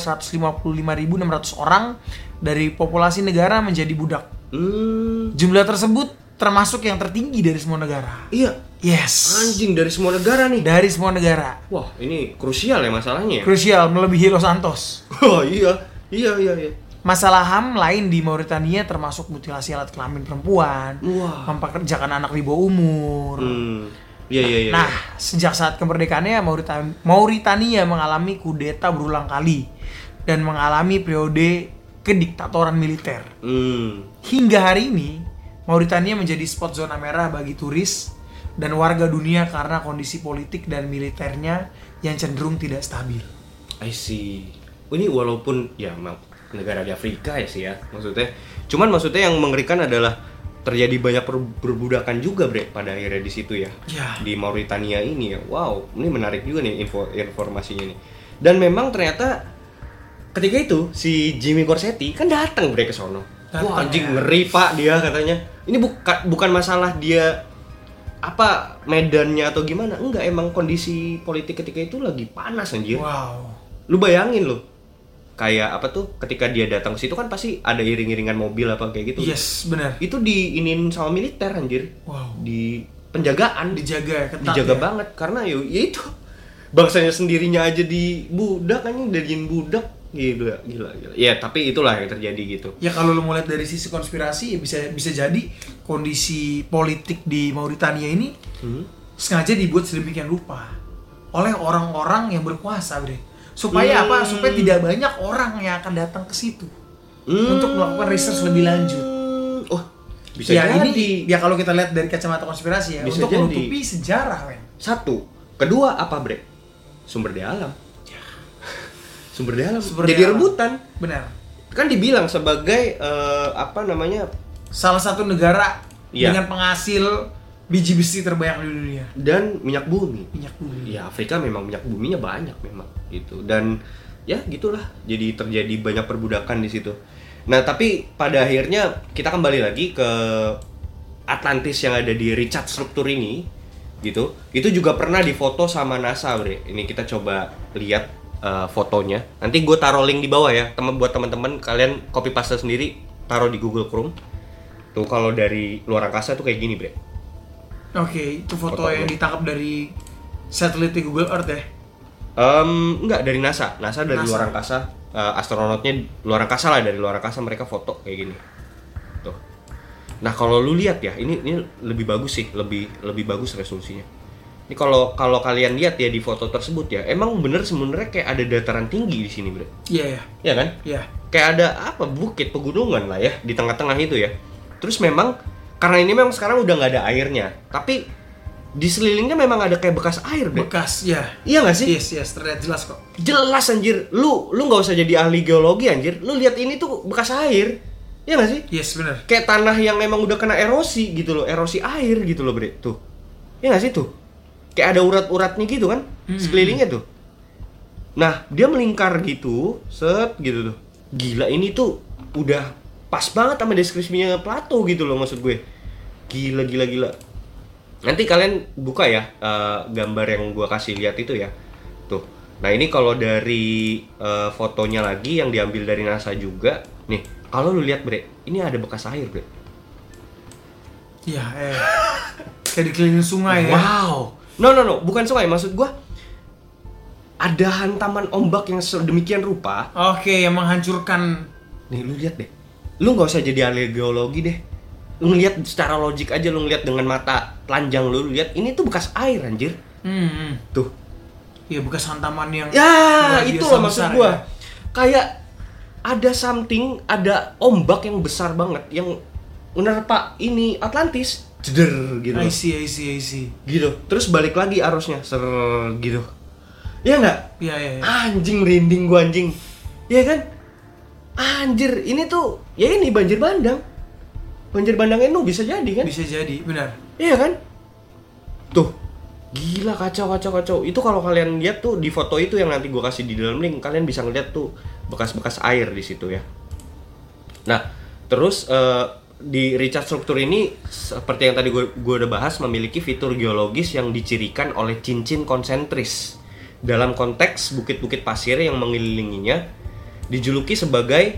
155.600 orang dari populasi negara menjadi budak. Jumlah tersebut termasuk yang tertinggi dari semua negara. Iya. Yes. Anjing, dari semua negara nih. Dari semua negara. Wah, ini krusial ya masalahnya. Krusial, melebihi Los Santos. Oh iya. Iya. Masalah HAM lain di Mauritania termasuk mutilasi alat kelamin perempuan, mempekerjakan anak di bawah umur. Iya. Nah, sejak saat kemerdekaannya Mauritania mengalami kudeta berulang kali dan mengalami periode kediktatoran militer. Hingga hari ini, Mauritania menjadi spot zona merah bagi turis dan warga dunia karena kondisi politik dan militernya yang cenderung tidak stabil. I see. Ini walaupun ya negara di Afrika ya sih ya maksudnya. Cuman maksudnya yang mengerikan adalah terjadi banyak perbudakan juga bre pada akhirnya di situ ya. Di Mauritania ini ya. Wow, ini menarik juga nih informasinya nih. Dan memang ternyata ketika itu si Jimmy Corsetti kan datang bre ke sono. Wah anjing ngeri pak dia katanya. Ini bukan masalah dia apa medannya atau gimana. Enggak, emang kondisi politik ketika itu lagi panas anjir. Wow. Lu bayangin lu. Kayak apa tuh ketika dia datang ke situ kan pasti ada iring-iringan mobil apa kayak gitu. Yes, benar. Itu diinin sama militer anjir. Wow. Di penjagaan, dijaga ketat. Dijaga banget karena ya itu bangsanya sendirinya aja di budak anjing, dijadiin budak. Gila. Ya, tapi itulah yang terjadi gitu. Ya kalau lu mau lihat dari sisi konspirasi ya bisa jadi kondisi politik di Mauritania ini sengaja dibuat sedemikian rupa oleh orang-orang yang berkuasa, Bre. Supaya apa? Supaya tidak banyak orang yang akan datang ke situ untuk melakukan research lebih lanjut. Oh, bisa ya, jadi. Ini ya kalau kita lihat dari kacamata konspirasi ya, bisa untuk jadi. menutupi sejarah, men. Satu, kedua apa, Bre? Sumber daya alam. Sumber daya alam. Sumber jadi daya rebutan. Benar. Kan dibilang sebagai salah satu negara dengan penghasil biji besi terbanyak di dunia dan minyak bumi. Ya Afrika memang minyak buminya banyak memang gitu. Dan ya gitulah. Jadi terjadi banyak perbudakan di situ. Nah, tapi pada akhirnya kita kembali lagi ke Atlantis yang ada di Richard struktur ini gitu. Itu juga pernah difoto sama NASA, Bre. Ini kita coba lihat fotonya. Nanti gue taruh link di bawah ya. Buat teman-teman kalian copy paste sendiri, taruh di Google Chrome. Tuh kalau dari luar angkasa tuh kayak gini, Bre. Oke, itu foto yang ditangkap dari satelit Google Earth ya? Enggak, dari NASA. NASA dari luar angkasa. Astronotnya luar angkasa lah, dari luar angkasa mereka foto kayak gini. Tuh. Nah, kalau lu lihat ya, ini lebih bagus sih, lebih bagus resolusinya. Ini kalau kalian lihat ya di foto tersebut ya, emang bener sebenarnya kayak ada dataran tinggi di sini, Bro. Iya. Iya kan? Iya. Kayak ada apa? Bukit pegunungan lah ya di tengah-tengah itu ya. Terus memang karena ini memang sekarang udah nggak ada airnya, tapi di selilingnya memang ada kayak bekas air, Bro. Bekas, ya. Iya nggak sih? Yes, terlihat jelas kok. Jelas anjir. Lu nggak usah jadi ahli geologi anjir. Lu lihat ini tuh bekas air. Iya nggak sih? Yes, benar. Kayak tanah yang memang udah kena erosi gitu loh, erosi air gitu loh, Bre. Tuh. Iya nggak sih tuh? Kayak ada urat-uratnya gitu kan, sekelilingnya tuh. Nah, dia melingkar gitu, set gitu tuh. Gila, ini tuh udah pas banget sama deskripsinya Plato gitu loh maksud gue. Gila. Nanti kalian buka ya gambar yang gue kasih lihat itu ya. Tuh. Nah, ini kalau dari fotonya lagi yang diambil dari NASA juga. Nih, kalau lu lihat, Bre, ini ada bekas air, Bre. Iya, kayak dikelilingi sungai ya. Wow. No, bukan sungai, maksud gua ada hantaman ombak yang sedemikian rupa. Oke, yang menghancurkan. Nih, lu lihat deh. Lu nggak usah jadi ahli geologi deh. Lu lihat secara logik aja, lu ngeliat dengan mata telanjang lu lihat ini tuh bekas air anjir. Tuh. Iya, bekas hantaman yang itu loh maksud gua. Ya. Kayak ada ombak yang besar banget yang menerpa ini Atlantis, jeder gitu. I see. Gitu. Terus balik lagi arusnya, ser gitu. Iya nggak? Iya. Anjing, merinding gua anjing. Iya kan? Anjir, ini tuh ya ini banjir bandang. Banjir bandang Enu bisa jadi kan? Bisa jadi, benar. Iya kan? Tuh. Gila, kacau. Itu kalau kalian lihat tuh di foto itu yang nanti gua kasih di dalam link, kalian bisa ngeliat tuh bekas-bekas air di situ ya. Nah, terus di Richard struktur ini seperti yang tadi gue udah bahas, memiliki fitur geologis yang dicirikan oleh cincin konsentris. Dalam konteks bukit-bukit pasir yang mengelilinginya dijuluki sebagai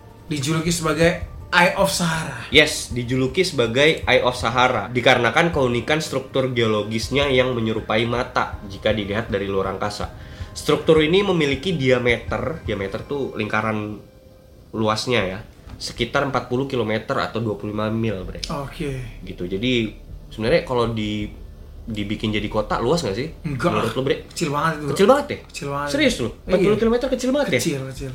Eye of Sahara. Yes, dijuluki sebagai Eye of Sahara dikarenakan keunikan struktur geologisnya yang menyerupai mata jika dilihat dari luar angkasa. Struktur ini memiliki diameter tuh lingkaran luasnya ya, sekitar 40 km atau 25 mil, Bre. Oke. Gitu. Jadi sebenarnya kalau dibikin jadi kota luas nggak sih? Enggak. Menurut lo, Bre? Kecil banget itu. Kecil banget ya? Kecil banget. Serius lo? 40 km kecil banget ya? Kecil.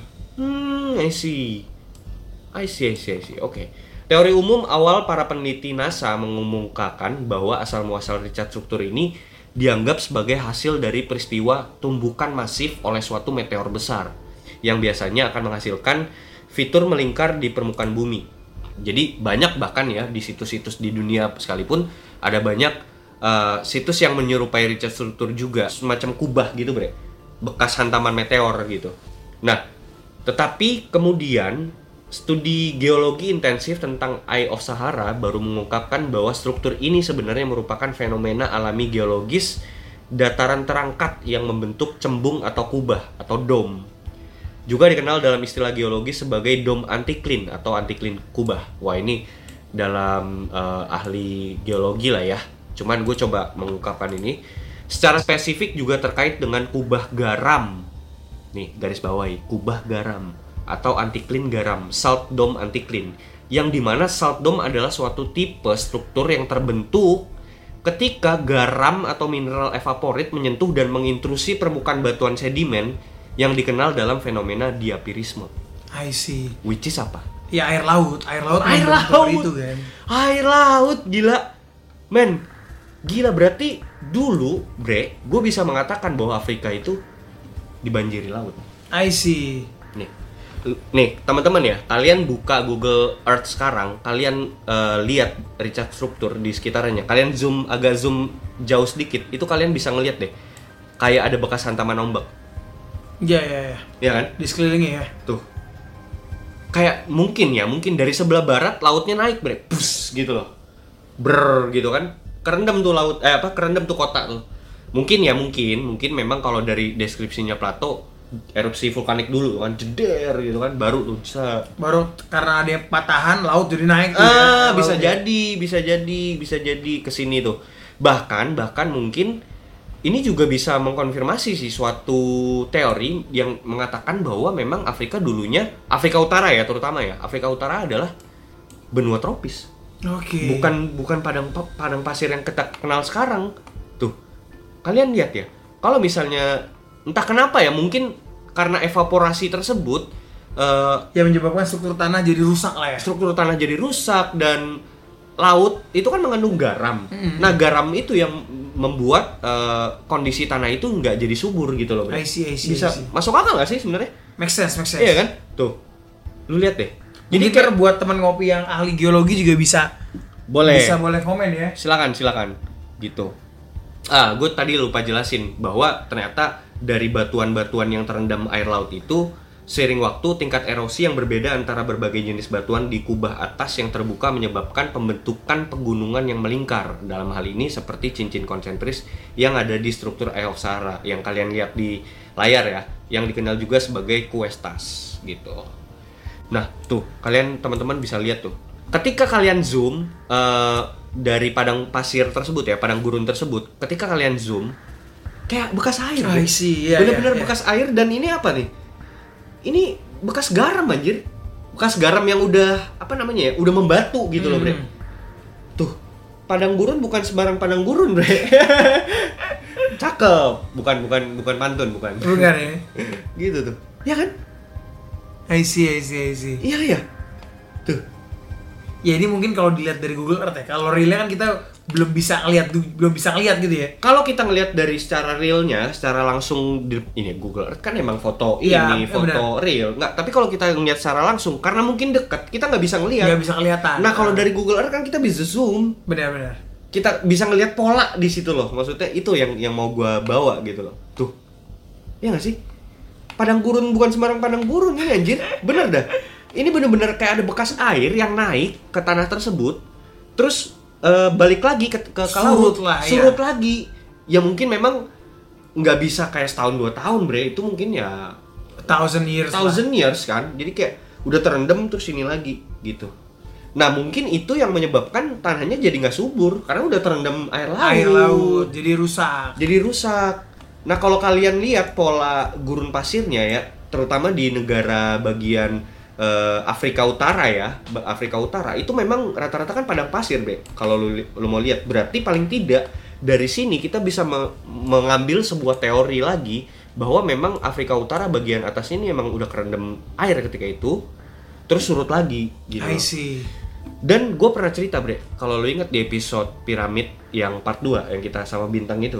I see. Oke. Teori umum awal para peneliti NASA mengemukakan bahwa asal-muasal Richard struktur ini dianggap sebagai hasil dari peristiwa tumbukan masif oleh suatu meteor besar yang biasanya akan menghasilkan fitur melingkar di permukaan bumi. Jadi banyak bahkan ya di situs-situs di dunia sekalipun ada banyak situs yang menyerupai Richard struktur juga, semacam kubah gitu, Bre. Bekas hantaman meteor gitu. Nah, tetapi kemudian studi geologi intensif tentang Eye of Sahara baru mengungkapkan bahwa struktur ini sebenarnya merupakan fenomena alami geologis dataran terangkat yang membentuk cembung atau kubah atau dome. Juga dikenal dalam istilah geologis sebagai dome antiklin atau antiklin kubah. Wah, ini dalam ahli geologi lah ya. Cuman gue coba mengungkapkan ini. Secara spesifik juga terkait dengan kubah garam. Nih, garis bawahi, kubah garam atau antiklin garam, salt dome antiklin, yang dimana salt dome adalah suatu tipe struktur yang terbentuk ketika garam atau mineral evaporit menyentuh dan mengintrusi permukaan batuan sedimen yang dikenal dalam fenomena diapirisme. I see. Which is apa? Ya air laut itu kan. Air laut, gila. Men, gila, berarti dulu, Bre, gue bisa mengatakan bahwa Afrika itu dibanjiri laut. I see. Nih, teman-teman ya, kalian buka Google Earth sekarang, kalian lihat Richard struktur di sekitarnya. Kalian agak zoom jauh sedikit, itu kalian bisa ngeliat deh. Kayak ada bekas hantaman ombak. Iya. Iya kan? Di sekelilingi ya. Tuh. Kayak mungkin dari sebelah barat lautnya naik, Bre. Bus gitu loh. Brr gitu kan. Kerendam tuh laut, kerendam tuh kota tuh. Mungkin memang kalau dari deskripsinya Plato erupsi vulkanik dulu kan, jeder gitu kan, baru karena ada patahan laut jadi naik tuh bisa jadi kesini tuh. Bahkan mungkin ini juga bisa mengkonfirmasi sih suatu teori yang mengatakan bahwa memang Afrika Utara ya, terutama ya, Afrika Utara adalah benua tropis. Oke. Bukan padang pasir yang kita kenal sekarang. Tuh. Kalian lihat ya. Kalau misalnya entah kenapa ya, mungkin karena evaporasi tersebut yang menyebabkan struktur tanah jadi rusak lah ya. Struktur tanah jadi rusak dan laut itu kan mengandung garam. Nah, garam itu yang membuat kondisi tanah itu nggak jadi subur gitu loh, Bro. I see. Bisa masuk akal nggak sih sebenarnya? Make sense. Iya kan? Tuh. Lu lihat deh. Jadi buat teman ngopi yang ahli geologi juga bisa boleh komen ya. Silakan gitu. Gue tadi lupa jelasin bahwa ternyata dari batuan-batuan yang terendam air laut itu, seiring waktu tingkat erosi yang berbeda antara berbagai jenis batuan di kubah atas yang terbuka menyebabkan pembentukan pegunungan yang melingkar. Dalam hal ini seperti cincin konsentris yang ada di struktur Eye of Sahara yang kalian lihat di layar ya, yang dikenal juga sebagai kuestas gitu. Nah, tuh kalian teman-teman bisa lihat tuh. Ketika kalian zoom dari padang pasir tersebut ya, padang gurun tersebut, ketika kalian zoom kayak bekas air. Bener-bener bekas air. Dan ini apa nih? Ini bekas garam anjir. Bekas garam yang udah udah membatu gitu loh, Bre. Tuh. Padang gurun bukan sembarang padang gurun, Bre. Cakep. Bukan pantun, bukan. Bukan ya. Gitu tuh. Ya kan? I see. Iya. Tuh. Ya ini mungkin kalau dilihat dari Google Earth ya. Kalau realnya kan kita belum bisa ngeliat gitu ya. Kalau kita ngelihat dari secara realnya, secara langsung ini Google Earth kan emang foto Iya, ini, foto real. Nggak, tapi kalau kita ngelihat secara langsung, karena mungkin dekat, kita nggak bisa ngelihat. Nggak bisa kelihatan. Nah, kalau dari Google Earth kan kita bisa zoom. Benar-benar. Kita bisa ngelihat pola di situ loh. Maksudnya itu yang mau gua bawa gitu loh. Tuh. Ya nggak sih? Padang gurun bukan sembarang padang gurun ini anjir. Bener dah. Ini bener-bener kayak ada bekas air yang naik ke tanah tersebut. Terus balik lagi ke laut. Surut lagi. Ya mungkin memang nggak bisa kayak setahun 2 tahun bre. Itu mungkin ya 1000 years. 1000 years kan. Jadi kayak udah terendam terus ini lagi gitu. Nah mungkin itu yang menyebabkan tanahnya jadi nggak subur karena udah terendam air laut. Air laut jadi rusak. Nah kalau kalian lihat pola gurun pasirnya ya, terutama di negara bagian Afrika Utara ya, Afrika Utara itu memang rata-rata kan padang pasir be. Kalau lu mau lihat, berarti paling tidak dari sini kita bisa mengambil sebuah teori lagi bahwa memang Afrika Utara bagian atas ini emang udah kerendam air ketika itu, terus surut lagi gitu. I see. Dan gue pernah cerita bre, kalau lu inget di episode piramid yang part 2 yang kita sama bintang itu,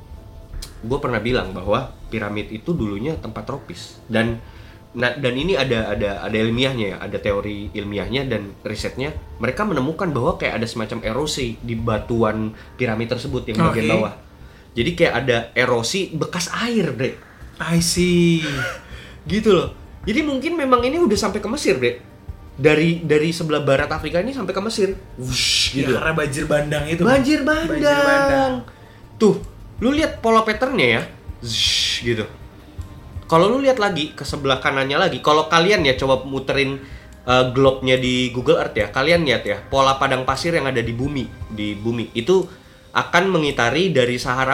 gue pernah bilang bahwa piramid itu dulunya tempat tropis dan ini ada ilmiahnya ya, ada teori ilmiahnya dan risetnya. Mereka menemukan bahwa kayak ada semacam erosi di batuan piramid tersebut yang bagian bawah. Jadi kayak ada erosi bekas air, bre. I see. Gitu loh. Jadi mungkin memang ini udah sampai ke Mesir, bre. Dari sebelah barat Afrika ini sampai ke Mesir. Wush, gitu. Ya, karena banjir bandang itu. Banjir bandang. Tuh, lu lihat pola patternnya ya. Wush, gitu. Kalau lu lihat lagi ke sebelah kanannya lagi, kalau kalian ya coba muterin globe-nya di Google Earth ya, kalian lihat ya, pola padang pasir yang ada di bumi itu akan mengitari dari Sahara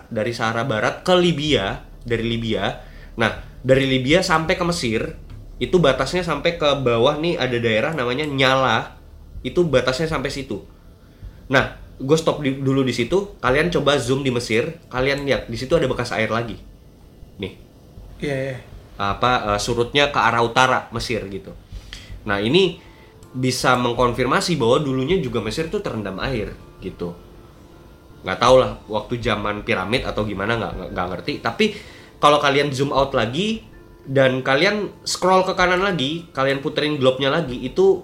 Barat ke Libya, dari Libya. Nah, dari Libya sampai ke Mesir, itu batasnya sampai ke bawah nih ada daerah namanya Nyala, itu batasnya sampai situ. Nah, gue stop dulu di situ, kalian coba zoom di Mesir, kalian lihat di situ ada bekas air lagi. Nih. Iya. Surutnya ke arah utara Mesir gitu. Nah ini bisa mengkonfirmasi bahwa dulunya juga Mesir itu terendam air gitu. Nggak tahu lah waktu zaman piramid atau gimana, nggak ngerti. Tapi kalau kalian zoom out lagi dan kalian scroll ke kanan lagi, kalian puterin globe-nya lagi, itu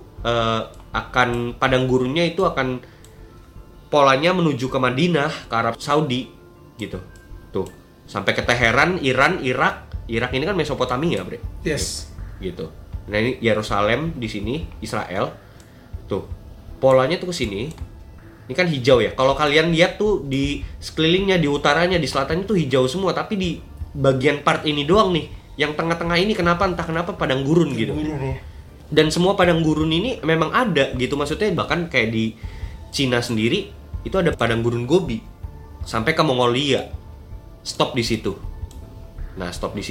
akan padang gurunnya itu akan polanya menuju ke Madinah, ke Arab Saudi gitu. Tuh sampai ke Teheran, Iran, Irak ini kan Mesopotamia, bre. Yes. Gitu. Nah ini Yerusalem di sini, Israel. Tuh, polanya tuh ke sini. Ini kan hijau ya. Kalau kalian lihat tuh di sekelilingnya, di utaranya, di selatannya tuh hijau semua. Tapi di bagian part ini doang nih, yang tengah-tengah ini entah kenapa padang gurun gitu. Dan semua padang gurun ini memang ada gitu. Maksudnya bahkan kayak di Cina sendiri itu ada padang gurun Gobi sampai ke Mongolia. Stop di situ. Nah,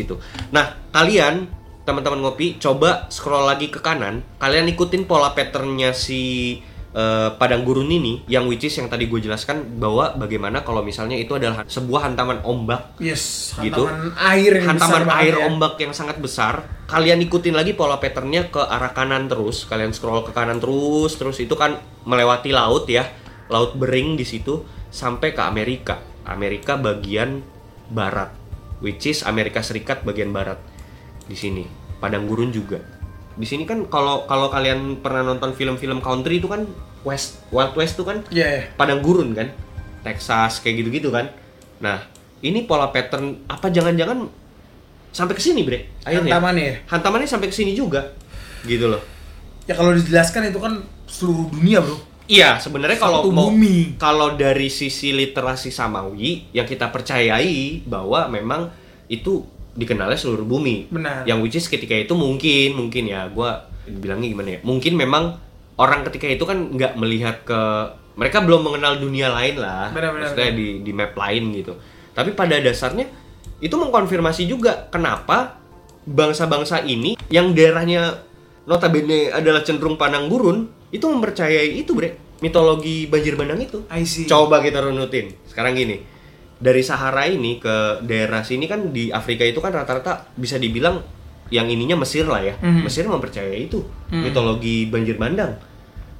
kalian teman-teman ngopi coba scroll lagi ke kanan, kalian ikutin pola patternnya si padang gurun ini, yang which is yang tadi gue jelaskan bahwa bagaimana kalau misalnya itu adalah sebuah hantaman ombak. Yes, gitu. Hantaman air ombak yang sangat besar. Kalian ikutin lagi pola patternnya ke arah kanan terus, kalian scroll ke kanan terus itu kan melewati laut ya, laut Bering di situ sampai ke Amerika bagian barat, which is Amerika Serikat bagian barat. Di sini padang gurun juga. Di sini kan kalau kalian pernah nonton film-film country itu kan Wild West tuh kan padang gurun kan, Texas kayak gitu-gitu kan. Nah ini pola pattern apa jangan-jangan sampai ke sini bre akhirnya. Hantamannya sampai ke sini juga gitu loh. Ya kalau dijelaskan itu kan seluruh dunia bro. Iya, sebenarnya kalau dari sisi literasi Samawi yang kita percayai bahwa memang itu dikenalnya seluruh bumi. Benar. Yang which is ketika itu mungkin ya, gua bilangnya gimana ya? Mungkin memang orang ketika itu kan nggak melihat mereka belum mengenal dunia lain lah. Maksudnya di map lain gitu. Tapi pada dasarnya itu mengkonfirmasi juga kenapa bangsa-bangsa ini yang daerahnya notabene adalah cenderung padang gurun itu mempercayai itu bre, mitologi banjir bandang itu. Coba kita runutin. Sekarang gini, dari Sahara ini ke daerah sini kan di Afrika itu kan rata-rata bisa dibilang yang ininya Mesir lah ya. Mesir mempercayai itu mitologi banjir bandang.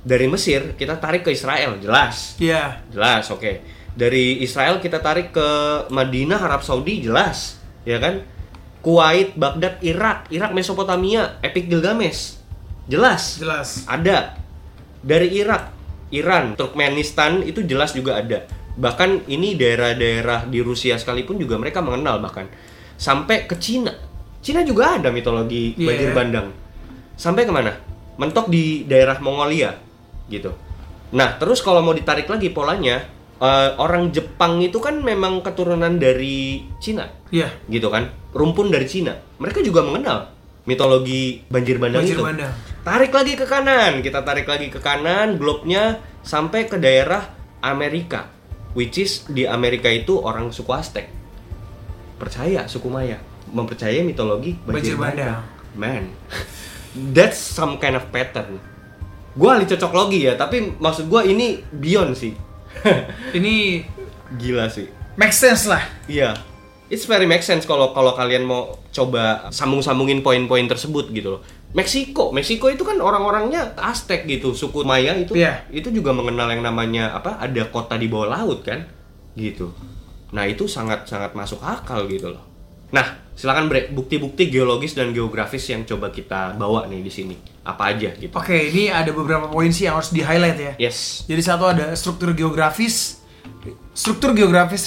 Dari Mesir kita tarik ke Israel, jelas. Iya. Jelas, oke. Dari Israel kita tarik ke Madinah, Arab Saudi, jelas. Ya kan? Kuwait, Baghdad, Irak Mesopotamia, Epic Gilgamesh. Jelas. Ada. Dari Irak, Iran, Turkmenistan itu jelas juga ada. Bahkan ini daerah-daerah di Rusia sekalipun juga mereka mengenal bahkan. Sampai ke Cina. Cina juga ada mitologi banjir bandang. Sampai kemana? Mentok di daerah Mongolia gitu. Nah, terus kalau mau ditarik lagi polanya, orang Jepang itu kan memang keturunan dari Cina. Iya. Gitu kan? Rumpun dari Cina. Mereka juga mengenal mitologi banjir bandang itu. Tarik lagi ke kanan, kita tarik lagi ke kanan, globe-nya sampai ke daerah Amerika, which is di Amerika itu orang suku Aztec. Percaya suku Maya, mempercayai mitologi banjir bandang. Man, that's some kind of pattern. Gua ahli cocok logi ya, tapi maksud gua ini beyond sih. Ini gila sih. make sense lah. Iya. It's very make sense kalau kalian mau coba sambung-sambungin poin-poin tersebut gitu loh. Meksiko itu kan orang-orangnya Aztec gitu, suku Maya itu. Itu juga mengenal yang namanya apa? Ada kota di bawah laut kan? Gitu. Nah, itu sangat-sangat masuk akal gitu loh. Nah, silakan Bre, bukti-bukti geologis dan geografis yang coba kita bawa nih di sini. Apa aja gitu. Oke, ini ada beberapa poin sih yang harus di-highlight ya. Yes. Jadi satu ada struktur geografis. Struktur geografis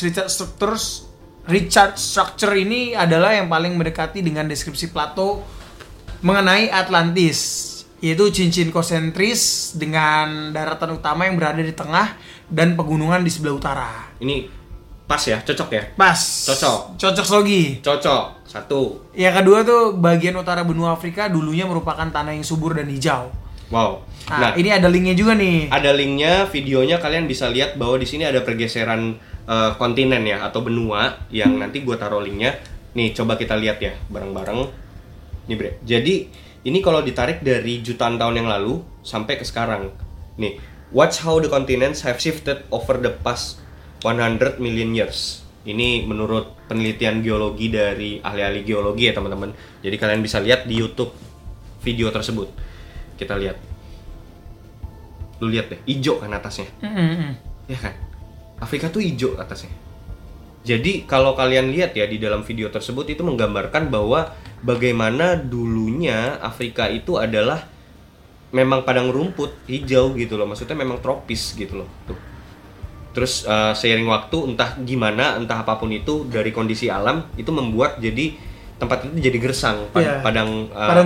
Richard Structure ini adalah yang paling mendekati dengan deskripsi Plato mengenai Atlantis, yaitu cincin konsentris dengan daratan utama yang berada di tengah dan pegunungan di sebelah utara. Ini pas ya, cocok ya? Pas. Cocok logi. Cocok. Satu. Yang kedua tuh bagian utara benua Afrika dulunya merupakan tanah yang subur dan hijau. Wow. Nah, ini ada linknya juga nih. Ada linknya, videonya kalian bisa lihat bahwa di sini ada pergeseran kontinen ya atau benua yang nanti gue taruh linknya. Nih, coba kita lihat ya bareng-bareng. Nih Bre. Jadi ini kalau ditarik dari jutaan tahun yang lalu sampai ke sekarang. Nih, watch how the continents have shifted over the past 100 million years. Ini menurut penelitian geologi dari ahli-ahli geologi ya teman-teman. Jadi kalian bisa lihat di YouTube video tersebut. Kita lihat. Lu lihat deh, hijau kan atasnya. Ya kan? Afrika tuh hijau atasnya. Jadi kalau kalian lihat ya di dalam video tersebut itu menggambarkan bahwa bagaimana dulunya Afrika itu adalah memang padang rumput hijau gitu loh. Maksudnya memang tropis gitu loh. Tuh. Terus seiring waktu entah gimana, entah apapun itu dari kondisi alam itu membuat jadi tempat itu jadi gersang, padang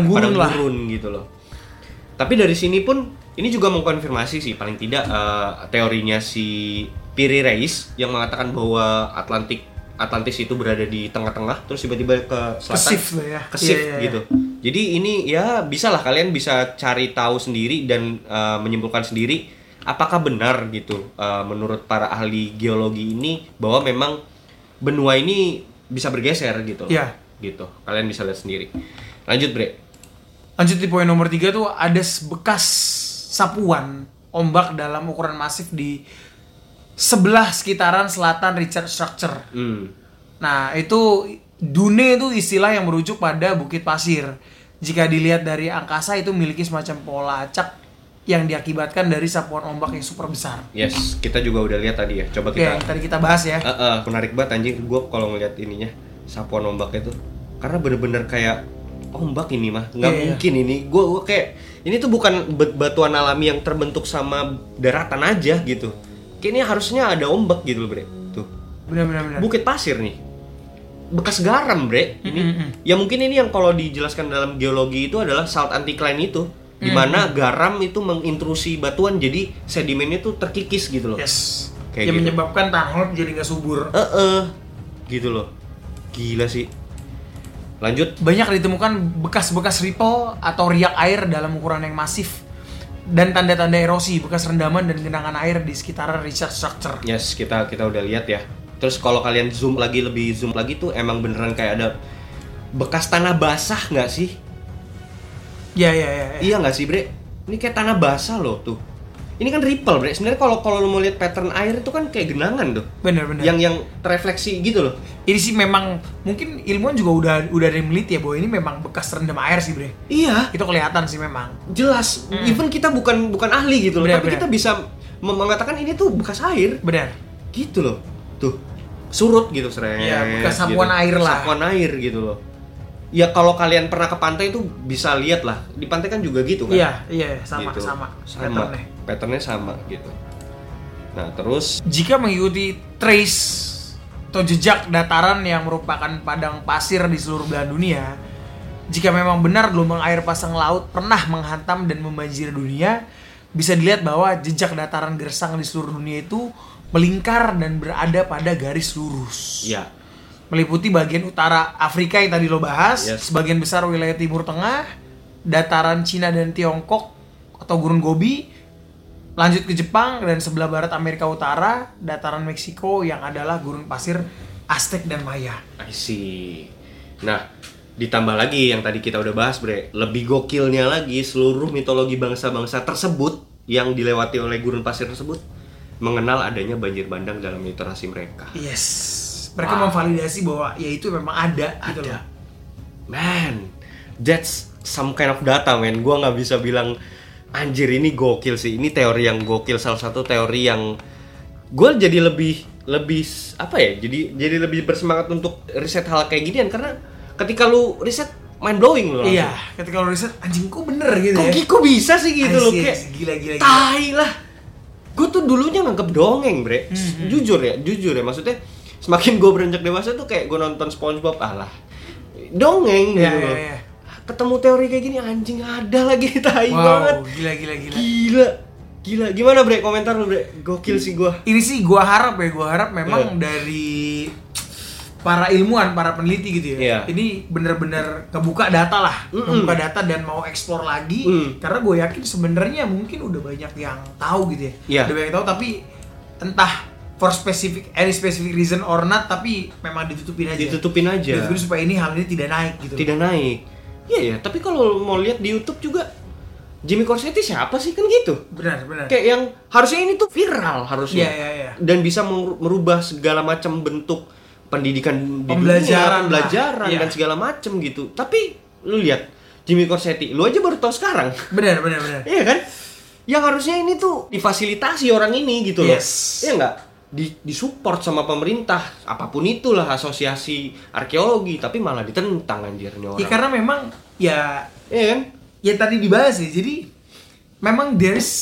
gurun gitu loh. Tapi dari sini pun ini juga mengkonfirmasi sih paling tidak teorinya si Piri Reis yang mengatakan bahwa Atlantis itu berada di tengah-tengah terus tiba-tiba ke selatan kesif gitu. Jadi ini ya bisalah kalian bisa cari tahu sendiri dan menyimpulkan sendiri apakah benar gitu menurut para ahli geologi ini bahwa memang benua ini bisa bergeser gitu. Gitu. Kalian bisa lihat sendiri. Lanjut Bre. Lanjut di poin nomor 3 tuh ada bekas sapuan ombak dalam ukuran masif di sebelah sekitaran selatan Richard Structure. Nah, itu dune itu istilah yang merujuk pada bukit pasir. Jika dilihat dari angkasa itu memiliki semacam pola acak yang diakibatkan dari sapuan ombak yang super besar. Yes, kita juga udah lihat tadi ya. Coba kita tadi kita bahas ya. Menarik banget anjing gue kalau ngeliat ininya sapuan ombak itu. Karena bener-bener kayak ombak ini mah nggak mungkin ini. Gue kayak ini tuh bukan batuan alami yang terbentuk sama daratan aja gitu. Kayaknya harusnya ada ombak gitu loh Bre. Tuh. Benar. Bukit pasir nih. Bekas garam Bre. Ini. Ya mungkin ini yang kalau dijelaskan dalam geologi itu adalah salt anticline itu. Dimana garam itu mengintrusi batuan jadi sedimennya tuh terkikis gitu loh. Yes. Kayak yang gitu. menyebabkan tanah jadi nggak subur. Gitu loh. Gila sih. Lanjut. Banyak ditemukan bekas-bekas ripple atau riak air dalam ukuran yang masif dan tanda-tanda erosi, bekas rendaman dan genangan air di sekitaran Richard Structure. Yes, kita udah lihat ya. Terus kalau kalian lebih zoom lagi tuh emang beneran kayak ada bekas tanah basah nggak sih? Ya. Iya nggak sih Bre? Ini kayak tanah basah loh tuh. Ini kan ripple, Bre. Sebenarnya kalau lu mau lihat pattern air itu kan kayak genangan tuh. Bener. Yang terefleksi gitu loh. Ini sih memang mungkin ilmuwan juga udah ada yang meliti ya bahwa ini memang bekas rendam air sih, Bre. Iya, Itu kelihatan sih memang. jelas. Even kita bukan ahli gitu loh, Bener, tapi bener. kita bisa mengatakan ini tuh bekas air. Benar. Gitu loh. Tuh. Surut gitu, seret. Iya, bekas sapuan air lah. Sapuan air gitu loh. Ya kalau kalian pernah ke pantai itu bisa lihat lah. Di pantai kan juga gitu kan. Iya, sama. Gitu. Patternnya. Patternnya sama gitu. Nah, terus Jika mengikuti trace atau jejak dataran yang merupakan padang pasir di seluruh belahan dunia, jika memang benar gelombang air pasang laut pernah menghantam dan membanjiri dunia, bisa dilihat bahwa jejak dataran gersang di seluruh dunia itu melingkar dan berada pada garis lurus. ya, Meliputi bagian utara Afrika yang tadi lo bahas, Yes. sebagian besar wilayah Timur Tengah, dataran Cina dan Tiongkok atau Gurun Gobi, lanjut ke Jepang dan sebelah barat Amerika Utara, dataran Meksiko yang adalah gurun pasir Aztec dan Maya. I see. Nah, ditambah lagi yang tadi kita udah bahas, Bre. Lebih gokilnya lagi, seluruh mitologi bangsa-bangsa tersebut yang dilewati oleh gurun pasir tersebut mengenal adanya banjir bandang dalam literasi mereka. Yes. Mereka Wow. memvalidasi bahwa ya itu memang ada gitu loh. Man, that's some kind of data, man. Gua nggak bisa bilang anjir ini gokil sih. Ini teori yang gokil, salah satu teori yang gue jadi lebih apa ya? Jadi lebih bersemangat untuk riset hal kayak ginian karena ketika lu riset mind blowing lu langsung. Iya, ketika lo riset anjing kok bener gitu Kok, ya. kok bisa sih gitu loh Asik, kayak gila. tai lah. Gue tuh dulunya nganggep dongeng, Bre. Jujur ya, maksudnya semakin gue beranjak dewasa tuh kayak gue nonton SpongeBob dongeng Iya, gitu loh. iya. Ketemu teori kayak gini anjing ada lagi tai banget. Wow, gila. Gila. Gimana, Bre? Komentar lu, Bre. Gokil sih gua. Ini sih gua harap memang Iya. dari para ilmuwan, para peneliti gitu ya. Iya. Ini bener-bener ngebuka data lah, ngebuka data dan mau explore lagi. Karena gue yakin sebenarnya mungkin udah banyak yang tahu gitu ya. Iya. Udah banyak yang tahu tapi entah for any specific reason or not, tapi memang ditutupin aja. Ditutupin supaya hal ini tidak naik gitu. Tidak naik. Iya ya, tapi kalau mau lihat di YouTube juga Jimmy Corsetti siapa sih kan gitu. Benar. Kayak yang harusnya ini tuh viral harusnya. Iya. Dan bisa merubah segala macam bentuk pendidikan di Pembelajaran dunia, pembelajaran lah. Iya. dan segala macam gitu. Tapi lu lihat Jimmy Corsetti, lu aja baru tahu sekarang. Benar. Iya kan? Yang harusnya ini tuh difasilitasi orang ini gitu loh. Yes. Iya nggak? Disupport sama pemerintah, apapun itulah asosiasi arkeologi, tapi malah ditentang anjirnya orang. Ya karena memang ya Iya kan? ya tadi dibahas ya, jadi memang there is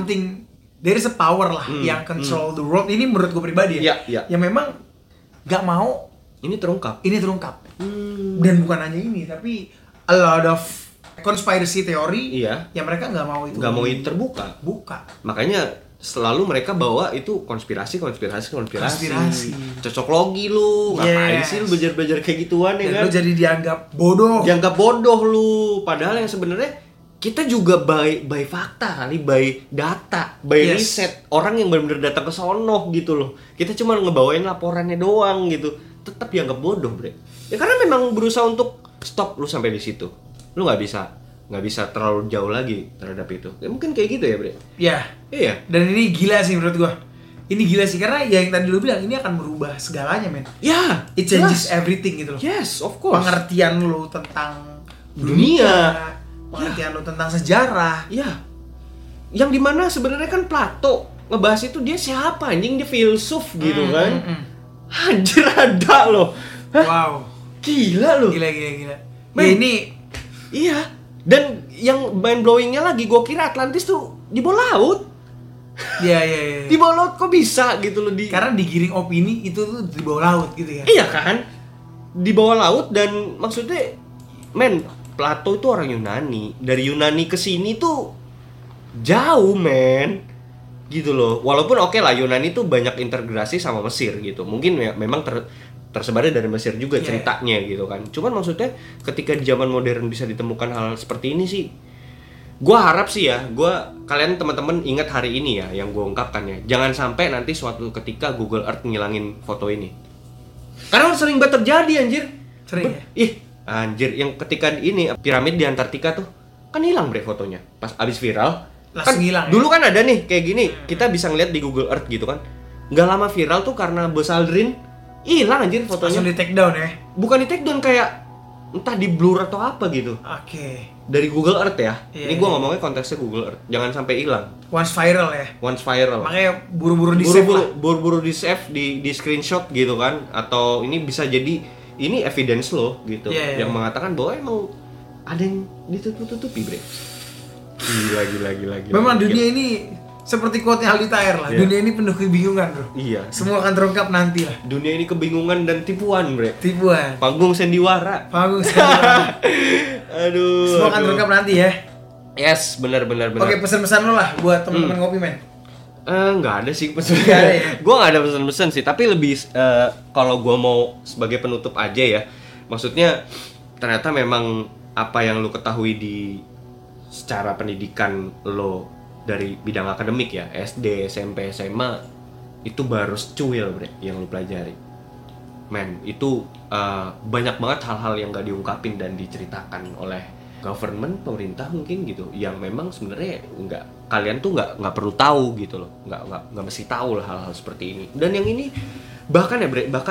a power lah yang control the world. Ini menurut gue pribadi ya, Iya. yang memang gak mau Ini terungkap. ini terungkap. Dan bukan hanya ini, tapi a lot of conspiracy teori Iya. yang mereka gak mau itu terbuka. buka. Makanya selalu mereka bawa itu konspirasi. Konspirasi. Cocok logi lu, ngapain Yes. sih lu belajar kayak gituan ya Dan kan? lu jadi dianggap bodoh. Dianggap bodoh lu, padahal yang sebenarnya kita juga by fakta kali, by data, by Yes. riset. Orang yang benar-benar datang ke sono gitu loh. Kita cuma ngebawain laporannya doang gitu. Tetap dianggap bodoh, Bre. Ya karena memang berusaha untuk stop lu sampai di situ. Lu nggak bisa terlalu jauh lagi terhadap itu. Ya mungkin kayak gitu ya, Bre. Ya. Iya. Dan ini gila sih menurut gua. Ini gila sih karena ya yang tadi lu bilang ini akan merubah segalanya, men. Ya, It changes everything gitu loh. Yes, of course. Pengertian lu tentang Dunia. pengertian lu tentang sejarah. Ya. Yang dimana sebenarnya kan Plato ngebahas itu dia siapa anjing, dia filsuf gitu kan. Anjir ada loh. Hah? Wow. Gila loh. Gila. Men. Ya ini Iya. Dan yang mind blowingnya lagi, gue kira Atlantis tuh di bawah laut. ya. Di bawah laut kok bisa gitu loh di. Karena digiring opini itu tuh di bawah laut gitu ya. Iya kan? Di bawah laut dan maksudnya men, Plato itu orang Yunani. Dari Yunani ke sini tuh jauh, men. Gitu loh. Walaupun oke lah Yunani tuh banyak integrasi sama Mesir gitu. Mungkin ya, memang tersebarnya dari Mesir juga ceritanya gitu kan. Cuman maksudnya ketika di zaman modern bisa ditemukan hal seperti ini sih, gua harap sih ya, kalian teman-teman ingat hari ini ya yang gua ungkapkan ya. Jangan sampai nanti suatu ketika Google Earth ngilangin foto ini. Karena sering banget terjadi anjir. Sering ya? Ih, anjir yang ketika ini piramid di Antartika tuh kan hilang bre fotonya. Pas abis viral langsung hilang. Dulu kan ada nih kayak gini, kita bisa ngeliat di Google Earth gitu kan. Nggak lama viral tuh karena Buzz Aldrin hilang anjir fotonya. Langsung di take down ya. Bukan di take down, kayak entah di blur atau apa gitu. Oke. Dari Google Earth ya. Iya, Ini gue ngomongnya konteksnya Google Earth. Jangan sampai hilang. Once viral ya. Once viral. Makanya buru-buru di save lah. Buru-buru di save, di screenshot gitu kan. Atau ini bisa jadi ini evidence lo gitu. Iya. Yang mengatakan bahwa emang ada yang ditutup-tutupi, bre. Gila. Memang dunia ini seperti quote-nya Aldi Taher lah. Iya. Dunia ini penuh kebingungan, bro. Iya. Semua akan terungkap nanti lah. Dunia ini kebingungan dan tipuan, bre. Tipuan. Panggung sendiwara. Panggung sendiri. Aduh. Semua akan terungkap nanti ya. Yes, benar. Oke, pesan-pesan lo lah buat teman-teman ngopi, men. Nggak ada sih pesan. Nggak ada ya? Gue nggak ada pesan-pesan sih, tapi lebih kalau gue mau sebagai penutup aja ya. Maksudnya ternyata memang apa yang lo ketahui di secara pendidikan lo dari bidang akademik ya, SD, SMP, SMA, itu baru secuil, bre, yang lo pelajari. Men, itu banyak banget hal-hal yang gak diungkapin dan diceritakan oleh government, pemerintah mungkin gitu, yang memang sebenarnya kalian tuh nggak perlu tahu gitu loh, nggak mesti tahu lah hal-hal seperti ini. Dan yang ini bahkan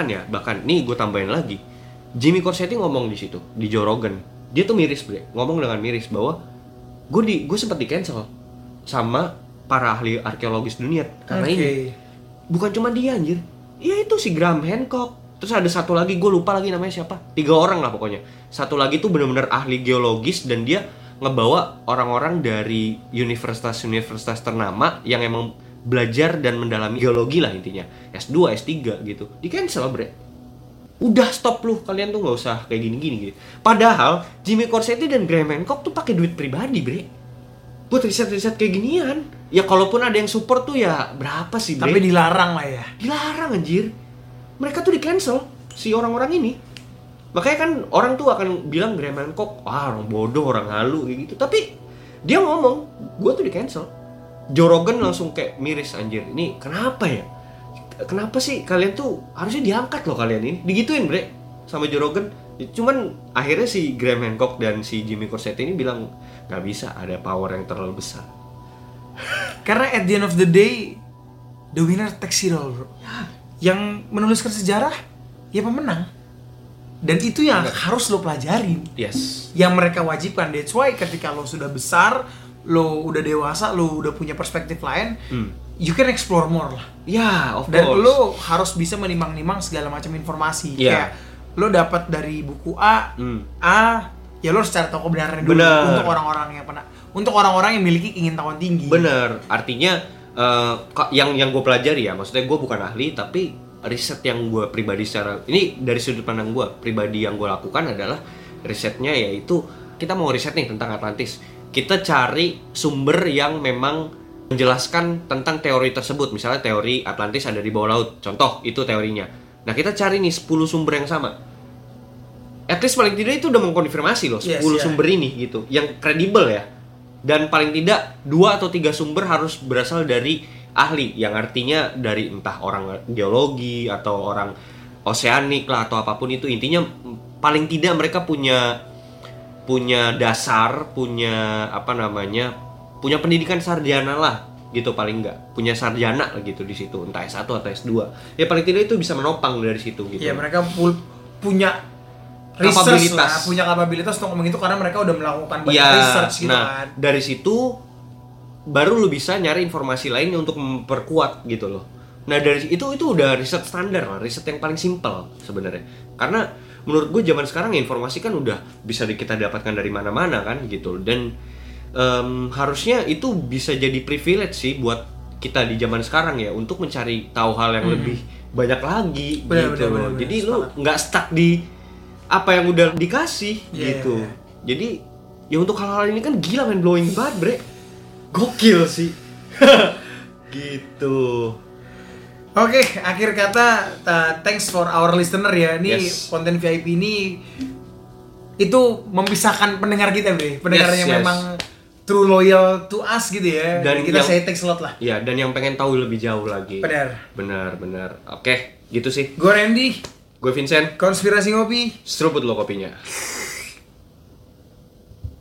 nih gue tambahin lagi, Jimmy Corsetti ngomong di situ di Joe Rogan, dia tuh miris, bre, ngomong dengan miris bahwa gue sempat di cancel sama para ahli arkeologis dunia karena ini. Bukan cuma dia anjir, ya itu si Graham Hancock. Terus ada satu lagi, gue lupa lagi namanya siapa. 3 orang lah pokoknya. Satu lagi tuh benar-benar ahli geologis dan dia ngebawa orang-orang dari universitas-universitas ternama yang emang belajar dan mendalami geologi lah intinya. S2, S3 gitu. Di cancel, bre. Udah stop lu, kalian tuh nggak usah kayak gini-gini gitu. Padahal Jimmy Corsetti dan Graham Hancock tuh pakai duit pribadi, bre. Buat riset-riset kayak ginian. Ya kalaupun ada yang support tuh ya berapa sih, bre? Tapi dilarang lah ya. Dilarang anjir. Mereka tuh di cancel si orang-orang ini. Makanya kan orang tuh akan bilang Graham Hancock, orang bodoh, orang halu kayak gitu. Tapi dia ngomong, gue tuh di cancel. Joe Rogan langsung kayak miris anjir. Ini kenapa ya? Kenapa sih kalian tuh harusnya diangkat loh kalian ini? Digituin, bre, sama Joe Rogan. Cuman akhirnya si Graham Hancock dan si Jimmy Corsetti ini bilang nggak bisa, ada power yang terlalu besar. Karena at the end of the day, the winner takes it all, bro. Yang menuliskan sejarah ya pemenang. Dan itu yang harus lo pelajarin. Yes. Yang mereka wajibkan. That's why ketika lo sudah besar, lo udah dewasa, lo udah punya perspektif lain, you can explore more lah. Ya, of course. Dan lo harus bisa menimang-nimang segala macam informasi. Kayak lo dapat dari buku A, ya lo harus cari tahu kebenarannya dulu. Untuk orang-orang yang pernah, untuk orang-orang yang memiliki keingintahuan tinggi. Bener. Artinya yang gue pelajari ya, maksudnya gue bukan ahli, tapi riset yang gue pribadi secara ini dari sudut pandang gue pribadi yang gue lakukan adalah risetnya yaitu kita mau riset nih tentang Atlantis, kita cari sumber yang memang menjelaskan tentang teori tersebut. Misalnya teori Atlantis ada di bawah laut, contoh itu teorinya. Nah kita cari nih 10 sumber yang sama, at least paling tidak itu udah mengkonfirmasi loh 10 sumber ini gitu, yang kredibel ya. Dan paling tidak 2 atau 3 sumber harus berasal dari ahli, yang artinya dari entah orang geologi atau orang oseanik lah atau apapun itu. Intinya paling tidak mereka punya dasar, punya punya pendidikan sarjana lah gitu, paling enggak punya sarjana gitu di situ, entah S1 atau S2. Ya paling tidak itu bisa menopang dari situ gitu. Ya mereka punya research lah, punya kapabilitas untuk ngomong itu karena mereka udah melakukan banyak research gitu kan. Dari situ baru lu bisa nyari informasi lain untuk memperkuat gitu loh. Nah dari itu udah riset standar lah, riset yang paling simpel sebenarnya. Karena menurut gue zaman sekarang ya informasi kan udah bisa kita dapatkan dari mana-mana kan gitu. Dan harusnya itu bisa jadi privilege sih buat kita di zaman sekarang ya, untuk mencari tahu hal yang lebih banyak lagi gitu. Bener, jadi lu nggak stuck di apa yang udah dikasih gitu. Jadi ya untuk hal-hal ini kan gila, men, blowing banget, bre. Gokil sih. Gitu. Oke, akhir kata thanks for our listener ya. Ini konten VIP ini itu memisahkan pendengar kita, bre. Pendengar yang memang true loyal to us gitu ya. Dan kita say thanks a lot lah. Iya, dan yang pengen tahu lebih jauh lagi. Benar. Oke, gitu sih. Gue Randy. Gue Vincent. Konspirasi Ngopi. Seruput lo kopinya.